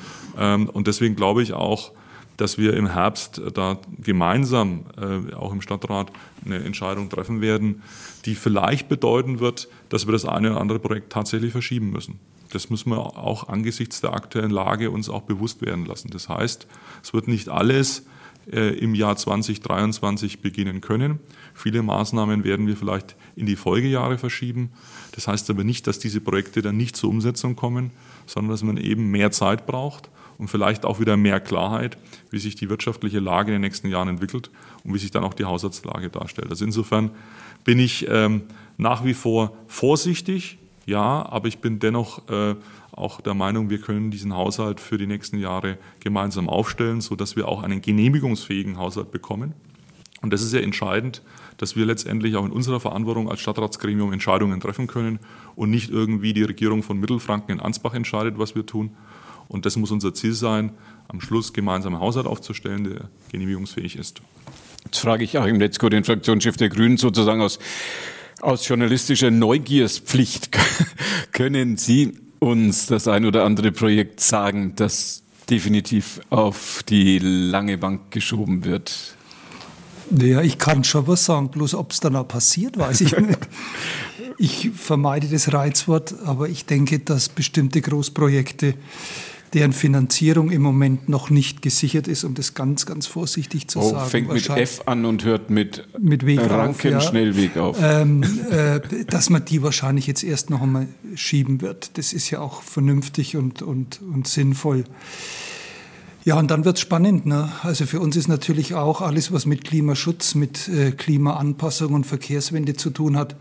Und deswegen glaube ich auch, dass wir im Herbst da gemeinsam auch im Stadtrat eine Entscheidung treffen werden, die vielleicht bedeuten wird, dass wir das eine oder andere Projekt tatsächlich verschieben müssen. Das müssen wir auch angesichts der aktuellen Lage uns auch bewusst werden lassen. Das heißt, es wird nicht alles äh, im Jahr zwanzig dreiundzwanzig beginnen können. Viele Maßnahmen werden wir vielleicht in die Folgejahre verschieben. Das heißt aber nicht, dass diese Projekte dann nicht zur Umsetzung kommen, sondern dass man eben mehr Zeit braucht und vielleicht auch wieder mehr Klarheit, wie sich die wirtschaftliche Lage in den nächsten Jahren entwickelt und wie sich dann auch die Haushaltslage darstellt. Also insofern bin ich ähm, nach wie vor vorsichtig, ja, aber ich bin dennoch äh, auch der Meinung, wir können diesen Haushalt für die nächsten Jahre gemeinsam aufstellen, sodass wir auch einen genehmigungsfähigen Haushalt bekommen. Und das ist ja entscheidend, dass wir letztendlich auch in unserer Verantwortung als Stadtratsgremium Entscheidungen treffen können und nicht irgendwie die Regierung von Mittelfranken in Ansbach entscheidet, was wir tun. Und das muss unser Ziel sein, am Schluss gemeinsam einen Haushalt aufzustellen, der genehmigungsfähig ist. Jetzt frage ich Achim Letzko, den Fraktionschef der Grünen, sozusagen aus, aus journalistischer Neugierspflicht. Können Sie uns das ein oder andere Projekt sagen, das definitiv auf die lange Bank geschoben wird? Naja, ich kann schon was sagen, bloß ob es dann auch passiert, weiß ich nicht. Ich vermeide das Reizwort, aber ich denke, dass bestimmte Großprojekte, deren Finanzierung im Moment noch nicht gesichert ist, um das ganz, ganz vorsichtig zu oh, sagen. Fängt mit F an und hört mit, mit Weg Ranken-Schnellweg auf. Ja. auf. Ähm, äh, dass man die wahrscheinlich jetzt erst noch einmal schieben wird. Das ist ja auch vernünftig und, und, und sinnvoll. Ja, und dann wird es spannend. Ne? Also für uns ist natürlich auch alles, was mit Klimaschutz, mit äh, Klimaanpassung und Verkehrswende zu tun hat,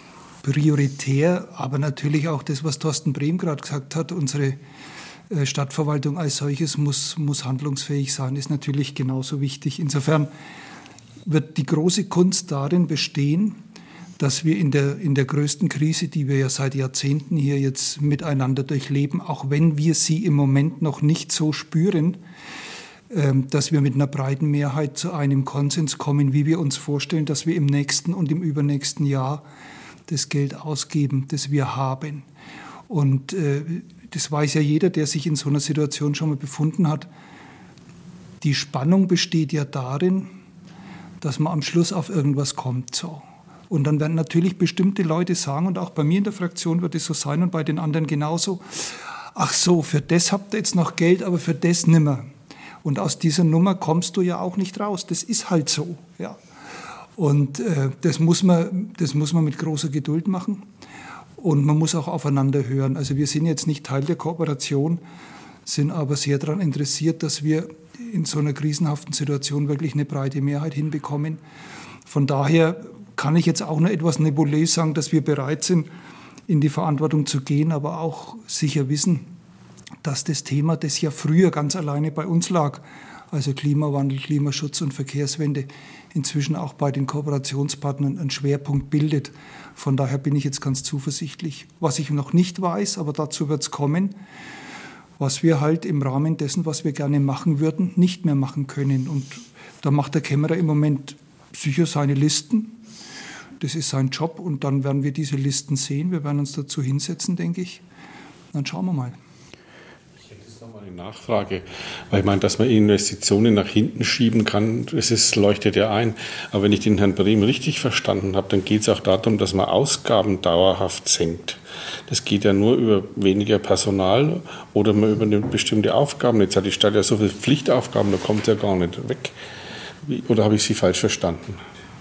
prioritär. Aber natürlich auch das, was Thorsten Brehm gerade gesagt hat, unsere äh, Stadtverwaltung als solches muss, muss handlungsfähig sein, ist natürlich genauso wichtig. Insofern wird die große Kunst darin bestehen, dass wir in der, in der größten Krise, die wir ja seit Jahrzehnten hier jetzt miteinander durchleben, auch wenn wir sie im Moment noch nicht so spüren, ähm, dass wir mit einer breiten Mehrheit zu einem Konsens kommen, wie wir uns vorstellen, dass wir im nächsten und im übernächsten Jahr das Geld ausgeben, das wir haben. Und äh, das weiß ja jeder, der sich in so einer Situation schon mal befunden hat. Die Spannung besteht ja darin, dass man am Schluss auf irgendwas kommt. So. Und dann werden natürlich bestimmte Leute sagen, und auch bei mir in der Fraktion wird es so sein und bei den anderen genauso, ach so, für das habt ihr jetzt noch Geld, aber für das nimmer. Und aus dieser Nummer kommst du ja auch nicht raus. Das ist halt so. Ja. Und äh, das muss man, das muss man mit großer Geduld machen. Und man muss auch aufeinander hören. Also wir sind jetzt nicht Teil der Kooperation, sind aber sehr daran interessiert, dass wir in so einer krisenhaften Situation wirklich eine breite Mehrheit hinbekommen. Von daher kann ich jetzt auch nur etwas nebulös sagen, dass wir bereit sind, in die Verantwortung zu gehen, aber auch sicher wissen, dass das Thema, das ja früher ganz alleine bei uns lag, also Klimawandel, Klimaschutz und Verkehrswende, inzwischen auch bei den Kooperationspartnern einen Schwerpunkt bildet. Von daher bin ich jetzt ganz zuversichtlich. Was ich noch nicht weiß, aber dazu wird es kommen, was wir halt im Rahmen dessen, was wir gerne machen würden, nicht mehr machen können. Und da macht der Kämmerer im Moment sicher seine Listen. Das ist sein Job und dann werden wir diese Listen sehen. Wir werden uns dazu hinsetzen, denke ich. Dann schauen wir mal. Ich hätte jetzt noch mal eine Nachfrage, weil ich meine, dass man Investitionen nach hinten schieben kann, das ist, leuchtet ja ein. Aber wenn ich den Herrn Brehm richtig verstanden habe, dann geht es auch darum, dass man Ausgaben dauerhaft senkt. Das geht ja nur über weniger Personal oder man übernimmt bestimmte Aufgaben. Jetzt hat die Stadt ja so viele Pflichtaufgaben, da kommt ja gar nicht weg. Wie, oder habe ich Sie falsch verstanden?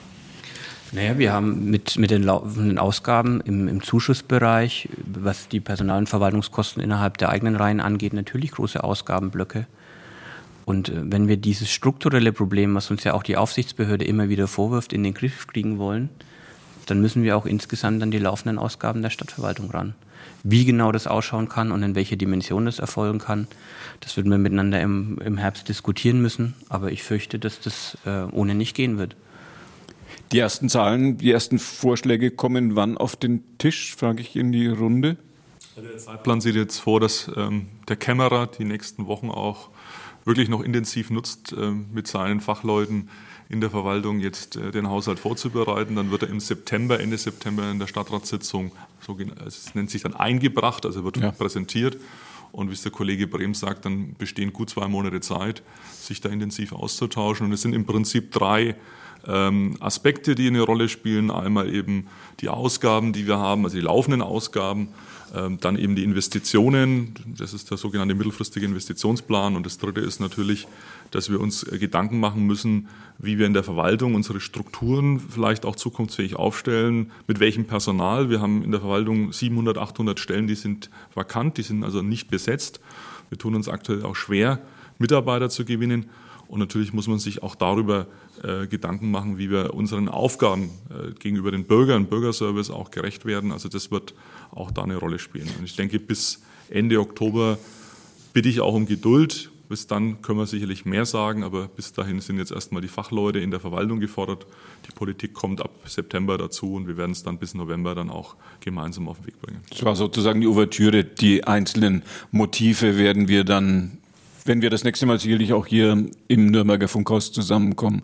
Naja, wir haben mit, mit den laufenden Ausgaben im, im Zuschussbereich, was die Personal- und Verwaltungskosten innerhalb der eigenen Reihen angeht, natürlich große Ausgabenblöcke. Und wenn wir dieses strukturelle Problem, was uns ja auch die Aufsichtsbehörde immer wieder vorwirft, in den Griff kriegen wollen, dann müssen wir auch insgesamt an die laufenden Ausgaben der Stadtverwaltung ran. Wie genau das ausschauen kann und in welcher Dimension das erfolgen kann, das würden wir miteinander im, im Herbst diskutieren müssen. Aber ich fürchte, dass das äh, ohne nicht gehen wird. Die ersten Zahlen, die ersten Vorschläge kommen wann auf den Tisch, frage ich in die Runde. Der Zeitplan sieht jetzt vor, dass ähm, der Kämmerer die nächsten Wochen auch wirklich noch intensiv nutzt, äh, mit seinen Fachleuten in der Verwaltung jetzt äh, den Haushalt vorzubereiten. Dann wird er im September, Ende September in der Stadtratssitzung, so, also es nennt sich dann eingebracht, also wird ja. präsentiert. Und wie es der Kollege Brehm sagt, dann bestehen gut zwei Monate Zeit, sich da intensiv auszutauschen. Und es sind im Prinzip drei ähm, Aspekte, die eine Rolle spielen. Einmal eben die Ausgaben, die wir haben, also die laufenden Ausgaben. Dann eben die Investitionen, das ist der sogenannte mittelfristige Investitionsplan. Und das Dritte ist natürlich, dass wir uns Gedanken machen müssen, wie wir in der Verwaltung unsere Strukturen vielleicht auch zukunftsfähig aufstellen, mit welchem Personal. Wir haben in der Verwaltung siebenhundert, achthundert Stellen, die sind vakant, die sind also nicht besetzt. Wir tun uns aktuell auch schwer, Mitarbeiter zu gewinnen. Und natürlich muss man sich auch darüber äh, Gedanken machen, wie wir unseren Aufgaben äh, gegenüber den Bürgern, Bürgerservice auch gerecht werden. Also das wird auch da eine Rolle spielen. Und ich denke, bis Ende Oktober bitte ich auch um Geduld. Bis dann können wir sicherlich mehr sagen, aber bis dahin sind jetzt erstmal die Fachleute in der Verwaltung gefordert. Die Politik kommt ab September dazu und wir werden es dann bis November dann auch gemeinsam auf den Weg bringen. Das war sozusagen die Ouvertüre. Die einzelnen Motive werden wir dann, wenn wir das nächste Mal sicherlich auch hier im Nürnberger Funkhaus zusammenkommen,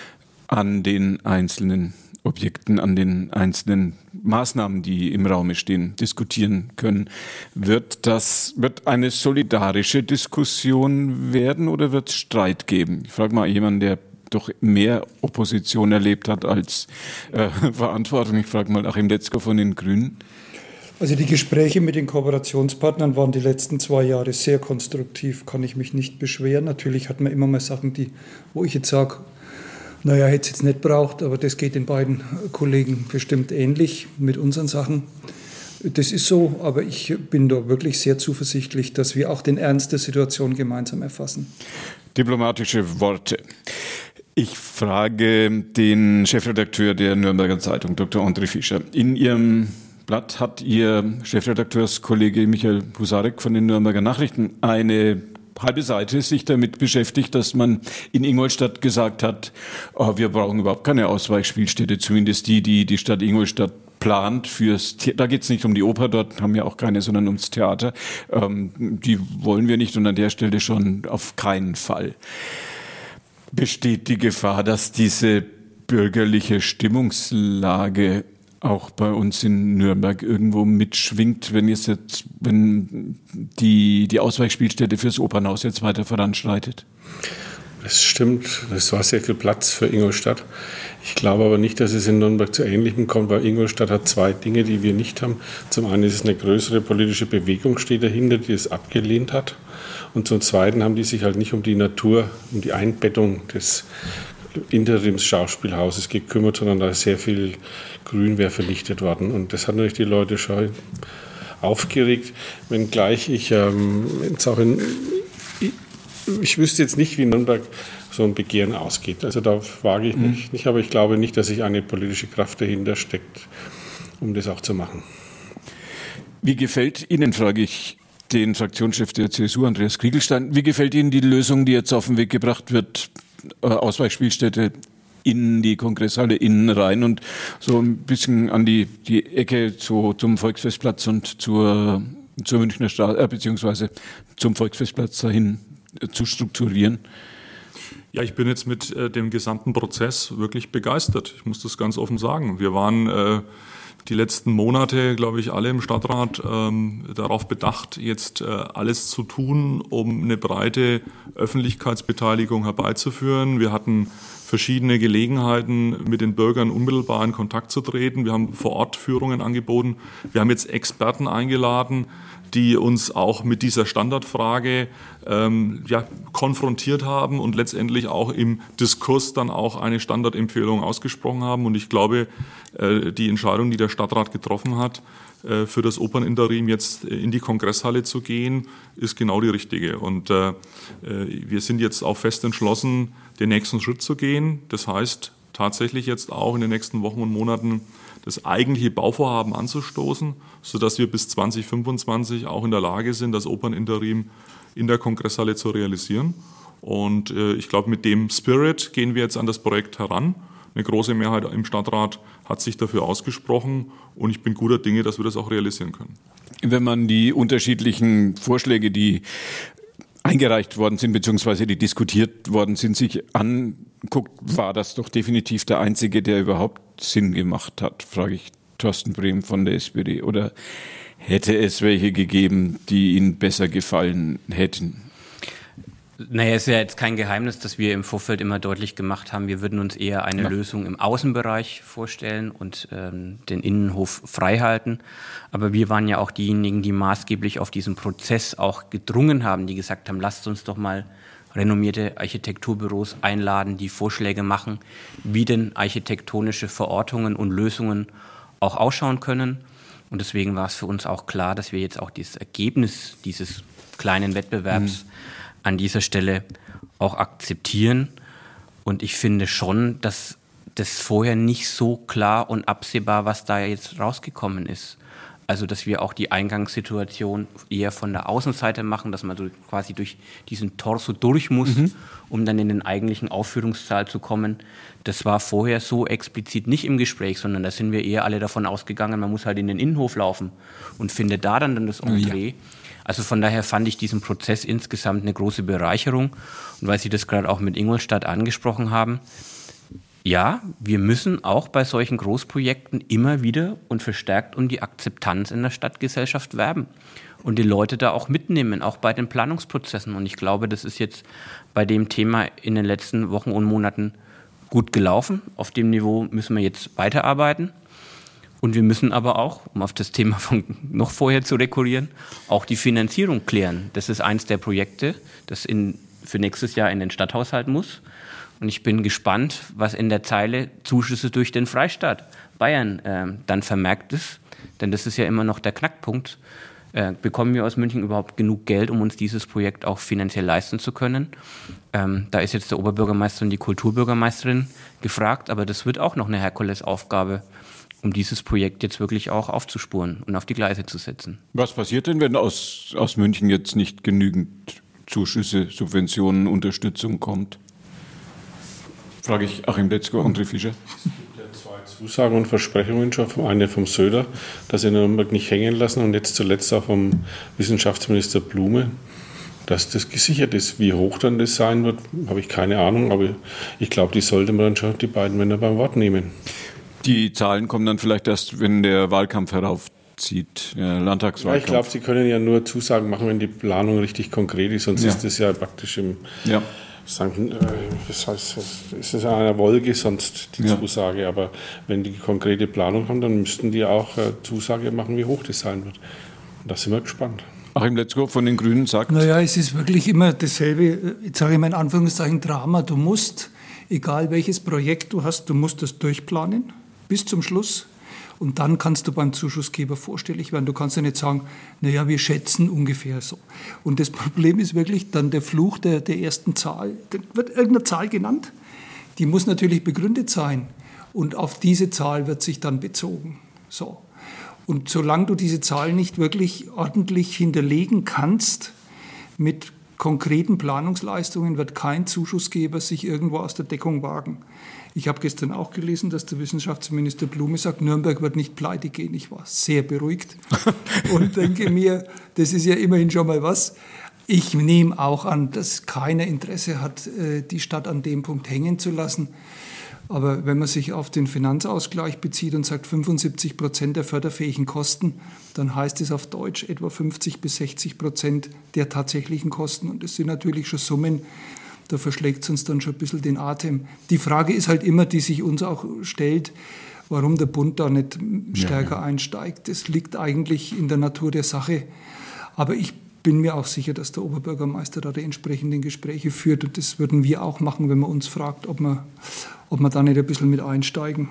an den einzelnen Objekten, an den einzelnen Maßnahmen, die im Raume stehen, diskutieren können. Wird das, wird eine solidarische Diskussion werden oder wird es Streit geben? Ich frage mal jemanden, der doch mehr Opposition erlebt hat als äh, Verantwortung. Ich frage mal Achim Letzger von den Grünen. Also die Gespräche mit den Kooperationspartnern waren die letzten zwei Jahre sehr konstruktiv, kann ich mich nicht beschweren. Natürlich hat man immer mal Sachen, die, wo ich jetzt sage, naja, hätte es jetzt nicht braucht, aber das geht den beiden Kollegen bestimmt ähnlich mit unseren Sachen. Das ist so, aber ich bin da wirklich sehr zuversichtlich, dass wir auch den Ernst der Situation gemeinsam erfassen. Diplomatische Worte. Ich frage den Chefredakteur der Nürnberger Zeitung, Doktor André Fischer. In Ihrem Blatt hat Ihr Chefredakteurskollege Michael Husarek von den Nürnberger Nachrichten eine halbe Seite sich damit beschäftigt, dass man in Ingolstadt gesagt hat, oh, wir brauchen überhaupt keine Ausweichspielstätte, zumindest die, die die Stadt Ingolstadt plant fürs Theater. Da geht es nicht um die Oper, dort haben wir auch keine, sondern ums Theater. Ähm, die wollen wir nicht und an der Stelle schon auf keinen Fall. Besteht die Gefahr, dass diese bürgerliche Stimmungslage auch bei uns in Nürnberg irgendwo mitschwingt, wenn jetzt, jetzt wenn die, die Ausweichspielstätte fürs Opernhaus jetzt weiter voranschreitet? Das stimmt, das war sehr viel Platz für Ingolstadt. Ich glaube aber nicht, dass es in Nürnberg zu Ähnlichem kommt, weil Ingolstadt hat zwei Dinge, die wir nicht haben. Zum einen ist es eine größere politische Bewegung, steht dahinter, die es abgelehnt hat. Und zum Zweiten haben die sich halt nicht um die Natur, um die Einbettung des Interims-Schauspielhauses gekümmert, sondern da ist sehr viel Grün wäre vernichtet worden. Und das hat natürlich die Leute schon aufgeregt, wenngleich ich ähm, jetzt auch in, ich, ich wüsste jetzt nicht, wie Nürnberg so ein Begehren ausgeht. Also da wage ich mich nicht, aber ich glaube nicht, dass sich eine politische Kraft dahinter steckt, um das auch zu machen. Wie gefällt Ihnen, frage ich den Fraktionschef der C S U, Andreas Kriegelstein, wie gefällt Ihnen die Lösung, die jetzt auf den Weg gebracht wird, Ausweichspielstätte in die Kongresshalle innen rein und so ein bisschen an die, die Ecke zu, zum Volksfestplatz und zur, zur Münchner Straße, äh, beziehungsweise zum Volksfestplatz dahin äh, zu strukturieren? Ja, ich bin jetzt mit äh, dem gesamten Prozess wirklich begeistert. Ich muss das ganz offen sagen. Wir waren äh, die letzten Monate, glaube ich, alle im Stadtrat ähm, darauf bedacht, jetzt äh, alles zu tun, um eine breite Öffentlichkeitsbeteiligung herbeizuführen. Wir hatten verschiedene Gelegenheiten, mit den Bürgern unmittelbar in Kontakt zu treten. Wir haben vor Ort Führungen angeboten. Wir haben jetzt Experten eingeladen, die uns auch mit dieser Standardfrage ähm, ja, konfrontiert haben und letztendlich auch im Diskurs dann auch eine Standardempfehlung ausgesprochen haben. Und ich glaube, äh, die Entscheidung, die der Stadtrat getroffen hat, äh, für das Operninterim jetzt in die Kongresshalle zu gehen, ist genau die richtige. Und äh, wir sind jetzt auch fest entschlossen, den nächsten Schritt zu gehen. Das heißt, tatsächlich jetzt auch in den nächsten Wochen und Monaten das eigentliche Bauvorhaben anzustoßen, sodass wir bis zwanzig fünfundzwanzig auch in der Lage sind, das Operninterim in der Kongresshalle zu realisieren. Und äh, ich glaube, mit dem Spirit gehen wir jetzt an das Projekt heran. Eine große Mehrheit im Stadtrat hat sich dafür ausgesprochen und ich bin guter Dinge, dass wir das auch realisieren können. Wenn man die unterschiedlichen Vorschläge, die eingereicht worden sind, beziehungsweise die diskutiert worden sind, sich anguckt, war das doch definitiv der einzige, der überhaupt Sinn gemacht hat, frage ich Thorsten Brehm von der S P D. Oder hätte es welche gegeben, die Ihnen besser gefallen hätten? Naja, es ist ja jetzt kein Geheimnis, dass wir im Vorfeld immer deutlich gemacht haben, wir würden uns eher eine ja. Lösung im Außenbereich vorstellen und ähm, den Innenhof frei halten. Aber wir waren ja auch diejenigen, die maßgeblich auf diesen Prozess auch gedrungen haben, die gesagt haben, lasst uns doch mal renommierte Architekturbüros einladen, die Vorschläge machen, wie denn architektonische Verortungen und Lösungen auch ausschauen können. Und deswegen war es für uns auch klar, dass wir jetzt auch das Ergebnis dieses kleinen Wettbewerbs mhm. an dieser Stelle auch akzeptieren. Und ich finde schon, dass das vorher nicht so klar und absehbar, was da jetzt rausgekommen ist. Also, dass wir auch die Eingangssituation eher von der Außenseite machen, dass man so quasi durch diesen Torso durch muss, mhm. um dann in den eigentlichen Aufführungssaal zu kommen. Das war vorher so explizit nicht im Gespräch, sondern da sind wir eher alle davon ausgegangen, man muss halt in den Innenhof laufen und findet da dann, dann das Entree. Ja. Also von daher fand ich diesen Prozess insgesamt eine große Bereicherung. Und weil Sie das gerade auch mit Ingolstadt angesprochen haben, ja, wir müssen auch bei solchen Großprojekten immer wieder und verstärkt um die Akzeptanz in der Stadtgesellschaft werben und die Leute da auch mitnehmen, auch bei den Planungsprozessen. Und ich glaube, das ist jetzt bei dem Thema in den letzten Wochen und Monaten gut gelaufen. Auf dem Niveau müssen wir jetzt weiterarbeiten. Und wir müssen aber auch, um auf das Thema von noch vorher zu rekurrieren, auch die Finanzierung klären. Das ist eins der Projekte, das in, für nächstes Jahr in den Stadthaushalt muss. Und ich bin gespannt, was in der Zeile Zuschüsse durch den Freistaat Bayern äh, dann vermerkt ist. Denn das ist ja immer noch der Knackpunkt. Äh, bekommen wir aus München überhaupt genug Geld, um uns dieses Projekt auch finanziell leisten zu können? Ähm, da ist jetzt der Oberbürgermeister und die Kulturbürgermeisterin gefragt. Aber das wird auch noch eine Herkulesaufgabe, um dieses Projekt jetzt wirklich auch aufzuspuren und auf die Gleise zu setzen. Was passiert denn, wenn aus, aus München jetzt nicht genügend Zuschüsse, Subventionen, Unterstützung kommt? Frage ich Achim Letzko und André Fischer. Es gibt ja zwei Zusagen und Versprechungen schon. Eine vom Söder, dass sie Nürnberg nicht hängen lassen, und jetzt zuletzt auch vom Wissenschaftsminister Blume, dass das gesichert ist. Wie hoch dann das sein wird, habe ich keine Ahnung, aber ich glaube, die sollte man dann schon die beiden Männer beim Wort nehmen. Die Zahlen kommen dann vielleicht erst, wenn der Wahlkampf heraufzieht, der Landtagswahlkampf. Ja, ich glaube, sie können ja nur Zusagen machen, wenn die Planung richtig konkret ist, sonst ja. ist das ja praktisch im... Ja. Sagen, das heißt, es ist an einer Wolke sonst die ja. Zusage, aber wenn die konkrete Planung haben, dann müssten die auch Zusage machen, wie hoch das sein wird. Und da sind wir gespannt. Achim Letzko von den Grünen sagt... Naja, es ist wirklich immer dasselbe, jetzt sage ich mal in Anführungszeichen Drama. Du musst, egal welches Projekt du hast, du musst das durchplanen bis zum Schluss. Und dann kannst du beim Zuschussgeber vorstellig werden. Du kannst ja nicht sagen, naja, wir schätzen ungefähr so. Und das Problem ist wirklich dann der Fluch der, der ersten Zahl. Da wird irgendeine Zahl genannt, die muss natürlich begründet sein. Und auf diese Zahl wird sich dann bezogen. So. Und solange du diese Zahl nicht wirklich ordentlich hinterlegen kannst, mit konkreten Planungsleistungen wird kein Zuschussgeber sich irgendwo aus der Deckung wagen. Ich habe gestern auch gelesen, dass der Wissenschaftsminister Blume sagt, Nürnberg wird nicht pleite gehen. Ich war sehr beruhigt und denke mir, das ist ja immerhin schon mal was. Ich nehme auch an, dass keiner Interesse hat, die Stadt an dem Punkt hängen zu lassen. Aber wenn man sich auf den Finanzausgleich bezieht und sagt fünfundsiebzig Prozent der förderfähigen Kosten, dann heißt es auf Deutsch etwa fünfzig bis sechzig Prozent der tatsächlichen Kosten. Und das sind natürlich schon Summen, da verschlägt es uns dann schon ein bisschen den Atem. Die Frage ist halt immer, die sich uns auch stellt, warum der Bund da nicht stärker ja, ja. einsteigt. Das liegt eigentlich in der Natur der Sache. Aber ich bin mir auch sicher, dass der Oberbürgermeister da die entsprechenden Gespräche führt. Und das würden wir auch machen, wenn man uns fragt, ob wir, ob wir da nicht ein bisschen mit einsteigen.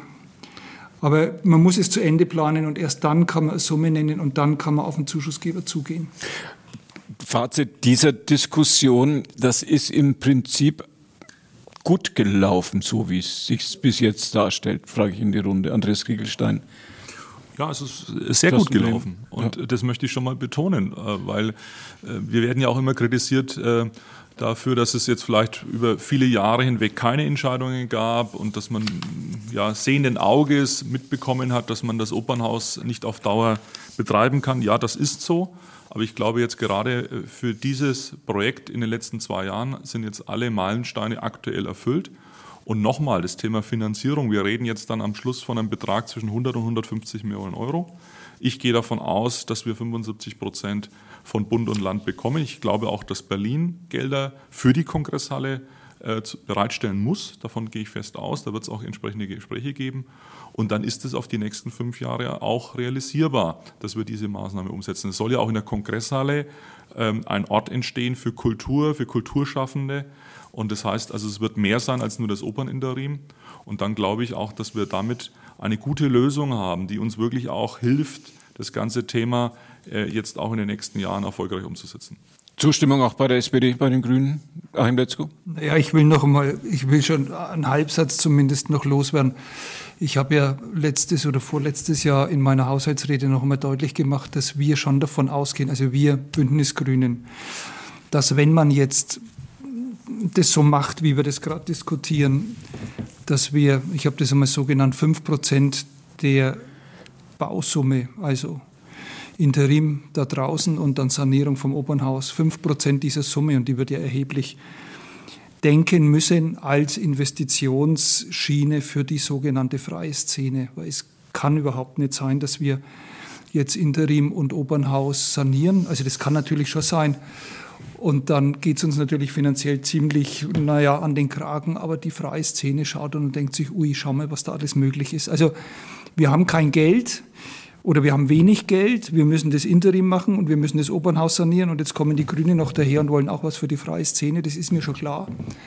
Aber man muss es zu Ende planen und erst dann kann man eine Summe nennen und dann kann man auf den Zuschussgeber zugehen. Fazit dieser Diskussion, das ist im Prinzip gut gelaufen, so wie es sich bis jetzt darstellt, frage ich in die Runde. Andreas Riegelstein. Ja, es ist sehr gut gelaufen und ja. das möchte ich schon mal betonen, weil wir werden ja auch immer kritisiert dafür, dass es jetzt vielleicht über viele Jahre hinweg keine Entscheidungen gab und dass man ja sehenden Auges mitbekommen hat, dass man das Opernhaus nicht auf Dauer betreiben kann. Ja, das ist so. Aber ich glaube jetzt gerade für dieses Projekt in den letzten zwei Jahren sind jetzt alle Meilensteine aktuell erfüllt. Und nochmal das Thema Finanzierung. Wir reden jetzt dann am Schluss von einem Betrag zwischen hundert und hundertfünfzig Millionen Euro. Ich gehe davon aus, dass wir fünfundsiebzig Prozent von Bund und Land bekommen. Ich glaube auch, dass Berlin Gelder für die Kongresshalle äh, bereitstellen muss. Davon gehe ich fest aus. Da wird es auch entsprechende Gespräche geben. Und dann ist es auf die nächsten fünf Jahre auch realisierbar, dass wir diese Maßnahme umsetzen. Es soll ja auch in der Kongresshalle ähm, ein Ort entstehen für Kultur, für Kulturschaffende. Und das heißt, also es wird mehr sein als nur das Operninterim. Und dann glaube ich auch, dass wir damit eine gute Lösung haben, die uns wirklich auch hilft, das ganze Thema äh, jetzt auch in den nächsten Jahren erfolgreich umzusetzen. Zustimmung auch bei der S P D, bei den Grünen? Achim Letzko? Ja, ich will noch mal, ich will schon einen Halbsatz zumindest noch loswerden. Ich habe ja letztes oder vorletztes Jahr in meiner Haushaltsrede noch einmal deutlich gemacht, dass wir schon davon ausgehen, also wir Bündnis-Grünen, dass wenn man jetzt das so macht, wie wir das gerade diskutieren, dass wir, ich habe das einmal so genannt, fünf Prozent der Bausumme, also Interim da draußen und dann Sanierung vom Opernhaus, fünf Prozent dieser Summe, und die wird ja erheblich, denken müssen als Investitionsschiene für die sogenannte freie Szene. Weil es kann überhaupt nicht sein, dass wir jetzt Interim und Opernhaus sanieren. Also das kann natürlich schon sein. Und dann geht es uns natürlich finanziell ziemlich, naja, an den Kragen. Aber die freie Szene schaut und denkt sich, ui, schau mal, was da alles möglich ist. Also wir haben kein Geld. Oder wir haben wenig Geld, wir müssen das Interim machen und wir müssen das Opernhaus sanieren und jetzt kommen die Grünen noch daher und wollen auch was für die freie Szene, das ist mir schon klar.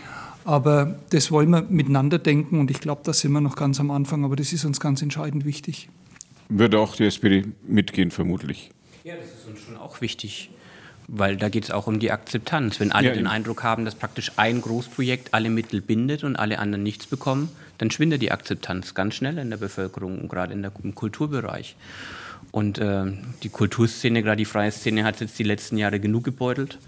Aber das wollen wir miteinander denken und ich glaube, da sind wir noch ganz am Anfang, aber das ist uns ganz entscheidend wichtig. Würde auch die S P D mitgehen, vermutlich? Ja, das ist uns schon auch wichtig, weil da geht es auch um die Akzeptanz. Wenn alle ja, den Eindruck haben, dass praktisch ein Großprojekt alle Mittel bindet und alle anderen nichts bekommen, dann schwindet die Akzeptanz ganz schnell in der Bevölkerung und gerade in der, im Kulturbereich. Und äh, die Kulturszene, gerade die freie Szene, hat jetzt die letzten Jahre genug gebeutelt,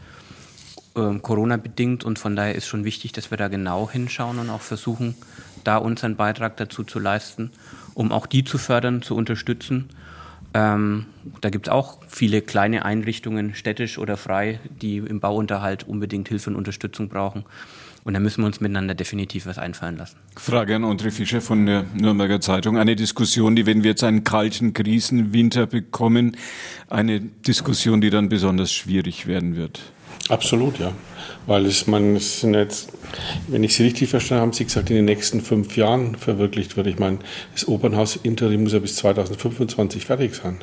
äh, Corona-bedingt. Und von daher ist schon wichtig, dass wir da genau hinschauen und auch versuchen, da unseren Beitrag dazu zu leisten, um auch die zu fördern, zu unterstützen. Ähm, da gibt es auch viele kleine Einrichtungen, städtisch oder frei, die im Bauunterhalt unbedingt Hilfe und Unterstützung brauchen. Und da müssen wir uns miteinander definitiv was einfallen lassen. Frage an André Fischer von der Nürnberger Zeitung. Eine Diskussion, die, wenn wir jetzt einen kalten Krisenwinter bekommen, eine Diskussion, die dann besonders schwierig werden wird. Absolut, ja. Weil es, man, es sind jetzt, wenn ich Sie richtig verstanden habe, haben Sie gesagt, in den nächsten fünf Jahren verwirklicht wird. Ich meine, das Opernhaus-Interim muss ja bis zweitausendfünfundzwanzig fertig sein.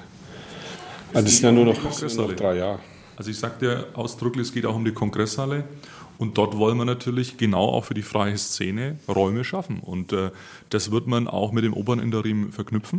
Also das sind ja nur noch, noch drei Jahre. Also ich sagte ausdrücklich, es geht auch um die Kongresshalle. Und dort wollen wir natürlich genau auch für die freie Szene Räume schaffen. Und äh, das wird man auch mit dem Operninterim verknüpfen.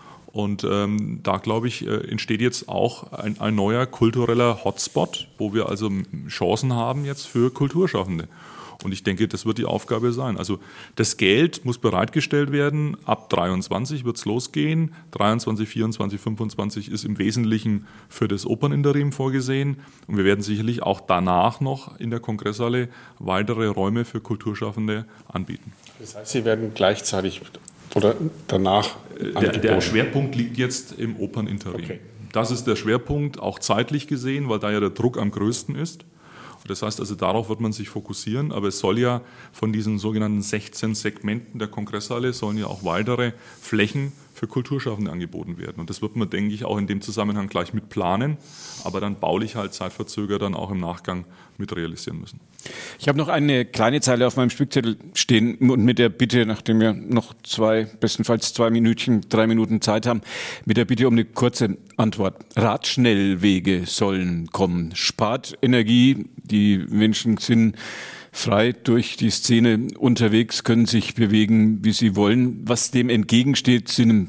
Und ähm, da, glaube ich, äh, entsteht jetzt auch ein, ein neuer kultureller Hotspot, wo wir also Chancen haben jetzt für Kulturschaffende. Und ich denke, das wird die Aufgabe sein. Also das Geld muss bereitgestellt werden. Ab dreiundzwanzig wird es losgehen. dreiundzwanzig, vierundzwanzig, fünfundzwanzig ist im Wesentlichen für das Operninterim vorgesehen. Und wir werden sicherlich auch danach noch in der Kongresshalle weitere Räume für Kulturschaffende anbieten. Das heißt, Sie werden gleichzeitig oder danach der, der Schwerpunkt liegt jetzt im Operninterim. Okay. Das ist der Schwerpunkt, auch zeitlich gesehen, weil da ja der Druck am größten ist. Das heißt also, darauf wird man sich fokussieren, aber es soll ja von diesen sogenannten sechzehn Segmenten der Kongresshalle sollen ja auch weitere Flächen für Kulturschaffende angeboten werden. Und das wird man, denke ich, auch in dem Zusammenhang gleich mit planen, aber dann baulich halt zeitverzögert dann auch im Nachgang mit realisieren müssen. Ich habe noch eine kleine Zeile auf meinem Spickzettel stehen und mit der Bitte, nachdem wir noch zwei, bestenfalls zwei Minütchen, drei Minuten Zeit haben, mit der Bitte um eine kurze Antwort. Radschnellwege sollen kommen. Spart Energie, die Menschen sind frei durch die Szene unterwegs, können sich bewegen, wie sie wollen. Was dem entgegensteht, sind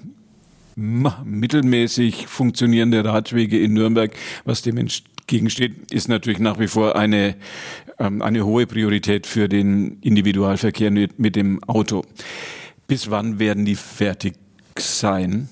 mittelmäßig funktionierende Radwege in Nürnberg. Was dem entgegensteht, ist natürlich nach wie vor eine, ähm, eine hohe Priorität für den Individualverkehr mit, mit dem Auto. Bis wann werden die fertig sein?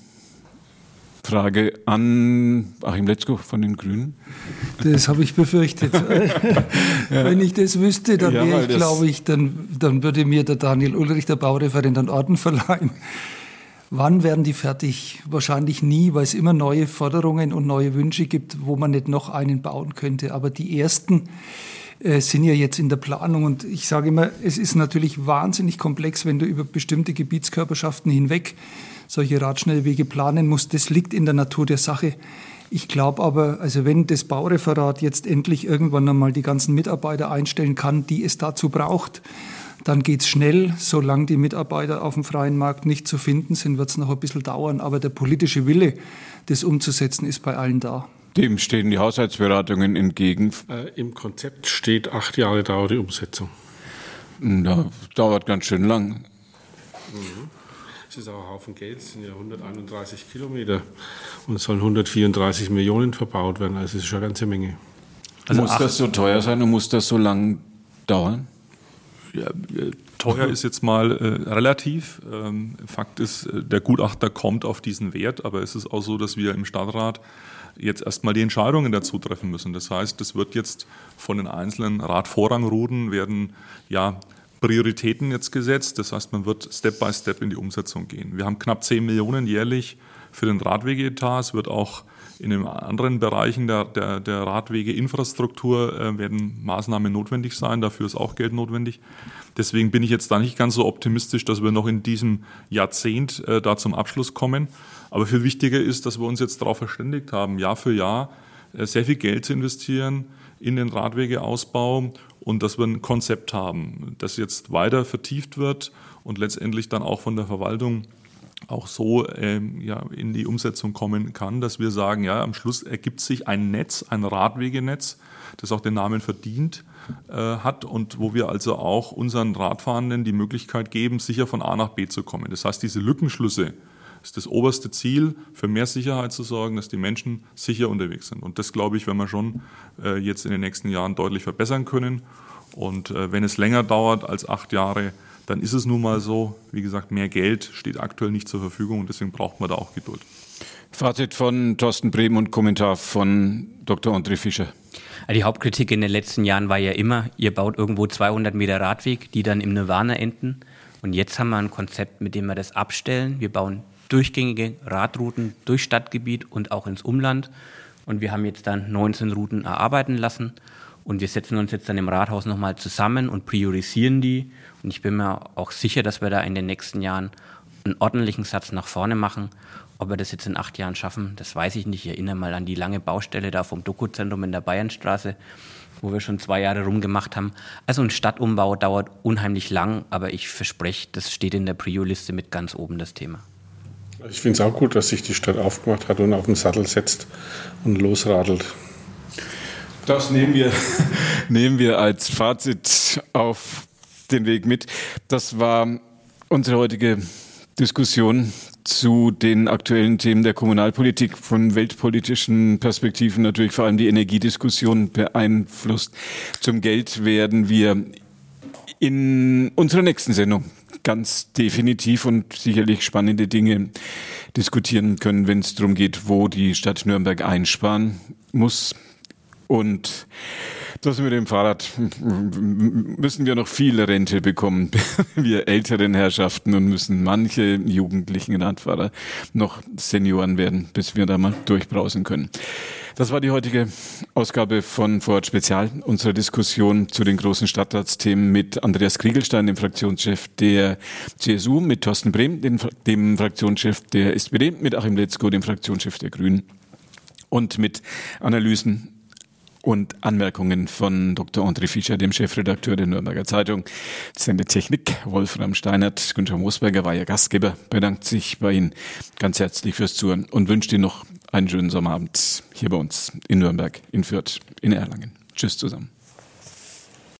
Frage an Achim Letzko von den Grünen. Das habe ich befürchtet. Ja. Wenn ich das wüsste, dann wäre ja, ich, glaube ich, dann, dann würde mir der Daniel Ulrich, der Baureferent, einen Orden verleihen. Wann werden die fertig? Wahrscheinlich nie, weil es immer neue Forderungen und neue Wünsche gibt, wo man nicht noch einen bauen könnte. Aber die ersten äh, sind ja jetzt in der Planung. Und ich sage immer, es ist natürlich wahnsinnig komplex, wenn du über bestimmte Gebietskörperschaften hinweg solche Radschnellwege planen musst. Das liegt in der Natur der Sache. Ich glaube aber, also wenn das Baureferat jetzt endlich irgendwann einmal die ganzen Mitarbeiter einstellen kann, die es dazu braucht, dann geht es schnell. Solange die Mitarbeiter auf dem freien Markt nicht zu finden sind, wird es noch ein bisschen dauern. Aber der politische Wille, das umzusetzen, ist bei allen da. Dem stehen die Haushaltsberatungen entgegen. Äh, Im Konzept steht, acht Jahre dauert die Umsetzung. Das dauert ganz schön lang. Mhm. Es ist auch ein Haufen Geld, es sind ja hunderteinunddreißig Kilometer und es sollen hundertvierunddreißig Millionen verbaut werden. Also es ist schon eine ganze Menge. Also muss das so teuer sein und muss das so lang dauern? Ja, teuer ist jetzt mal äh, relativ. Ähm, Fakt ist, der Gutachter kommt auf diesen Wert, aber es ist auch so, dass wir im Stadtrat jetzt erstmal die Entscheidungen dazu treffen müssen. Das heißt, es wird jetzt von den einzelnen Radvorrangruden werden ja Prioritäten jetzt gesetzt. Das heißt, man wird Step by Step in die Umsetzung gehen. Wir haben knapp zehn Millionen jährlich für den Radwegeetat. Es wird auch in den anderen Bereichen der, der, der Radwegeinfrastruktur äh, werden Maßnahmen notwendig sein. Dafür ist auch Geld notwendig. Deswegen bin ich jetzt da nicht ganz so optimistisch, dass wir noch in diesem Jahrzehnt äh, da zum Abschluss kommen. Aber viel wichtiger ist, dass wir uns jetzt darauf verständigt haben, Jahr für Jahr äh, sehr viel Geld zu investieren in den Radwegeausbau und dass wir ein Konzept haben, das jetzt weiter vertieft wird und letztendlich dann auch von der Verwaltung auch so ähm, ja, in die Umsetzung kommen kann, dass wir sagen, ja, am Schluss ergibt sich ein Netz, ein Radwegenetz, das auch den Namen verdient äh, hat und wo wir also auch unseren Radfahrenden die Möglichkeit geben, sicher von A nach B zu kommen. Das heißt, diese Lückenschlüsse ist das oberste Ziel, für mehr Sicherheit zu sorgen, dass die Menschen sicher unterwegs sind. Und das, glaube ich, werden wir schon äh, jetzt in den nächsten Jahren deutlich verbessern können. Und äh, wenn es länger dauert als acht Jahre, dann ist es nun mal so. Wie gesagt, mehr Geld steht aktuell nicht zur Verfügung und deswegen braucht man da auch Geduld. Fazit von Thorsten Brehm und Kommentar von Doktor André Fischer. Die Hauptkritik in den letzten Jahren war ja immer, ihr baut irgendwo zweihundert Meter Radweg, die dann im Nirvana enden. Und jetzt haben wir ein Konzept, mit dem wir das abstellen. Wir bauen durchgängige Radrouten durch Stadtgebiet und auch ins Umland. Und wir haben jetzt dann neunzehn Routen erarbeiten lassen. Und wir setzen uns jetzt dann im Rathaus nochmal zusammen und priorisieren die. Und ich bin mir auch sicher, dass wir da in den nächsten Jahren einen ordentlichen Satz nach vorne machen. Ob wir das jetzt in acht Jahren schaffen, das weiß ich nicht. Ich erinnere mal an die lange Baustelle da vom Doku-Zentrum in der Bayernstraße, wo wir schon zwei Jahre rumgemacht haben. Also ein Stadtumbau dauert unheimlich lang, aber ich verspreche, das steht in der Prio-Liste mit ganz oben, das Thema. Ich finde es auch gut, dass sich die Stadt aufgemacht hat und auf den Sattel setzt und losradelt. Das nehmen wir, nehmen wir als Fazit auf den Weg mit. Das war unsere heutige Diskussion zu den aktuellen Themen der Kommunalpolitik, von weltpolitischen Perspektiven natürlich vor allem die Energiediskussion beeinflusst. Zum Geld werden wir in unserer nächsten Sendung ganz definitiv und sicherlich spannende Dinge diskutieren können, wenn es darum geht, wo die Stadt Nürnberg einsparen muss. Und das mit dem Fahrrad müssen wir noch viel Rente bekommen, wir älteren Herrschaften, und müssen manche jugendlichen Radfahrer noch Senioren werden, bis wir da mal durchbrausen können. Das war die heutige Ausgabe von Vorort Spezial, unserer Diskussion zu den großen Stadtratsthemen mit Andreas Kriegelstein, dem Fraktionschef der C S U, mit Thorsten Brehm, dem, dem Fraktionschef der S P D, mit Achim Letzko, dem Fraktionschef der Grünen, und mit Analysen und Anmerkungen von Doktor André Fischer, dem Chefredakteur der Nürnberger Zeitung. Sendetechnik Wolfram Steinert, Günther Moosberger war Ihr Gastgeber, bedankt sich bei Ihnen ganz herzlich fürs Zuhören und wünscht Ihnen noch einen schönen Sommerabend hier bei uns in Nürnberg, in Fürth, in Erlangen. Tschüss zusammen.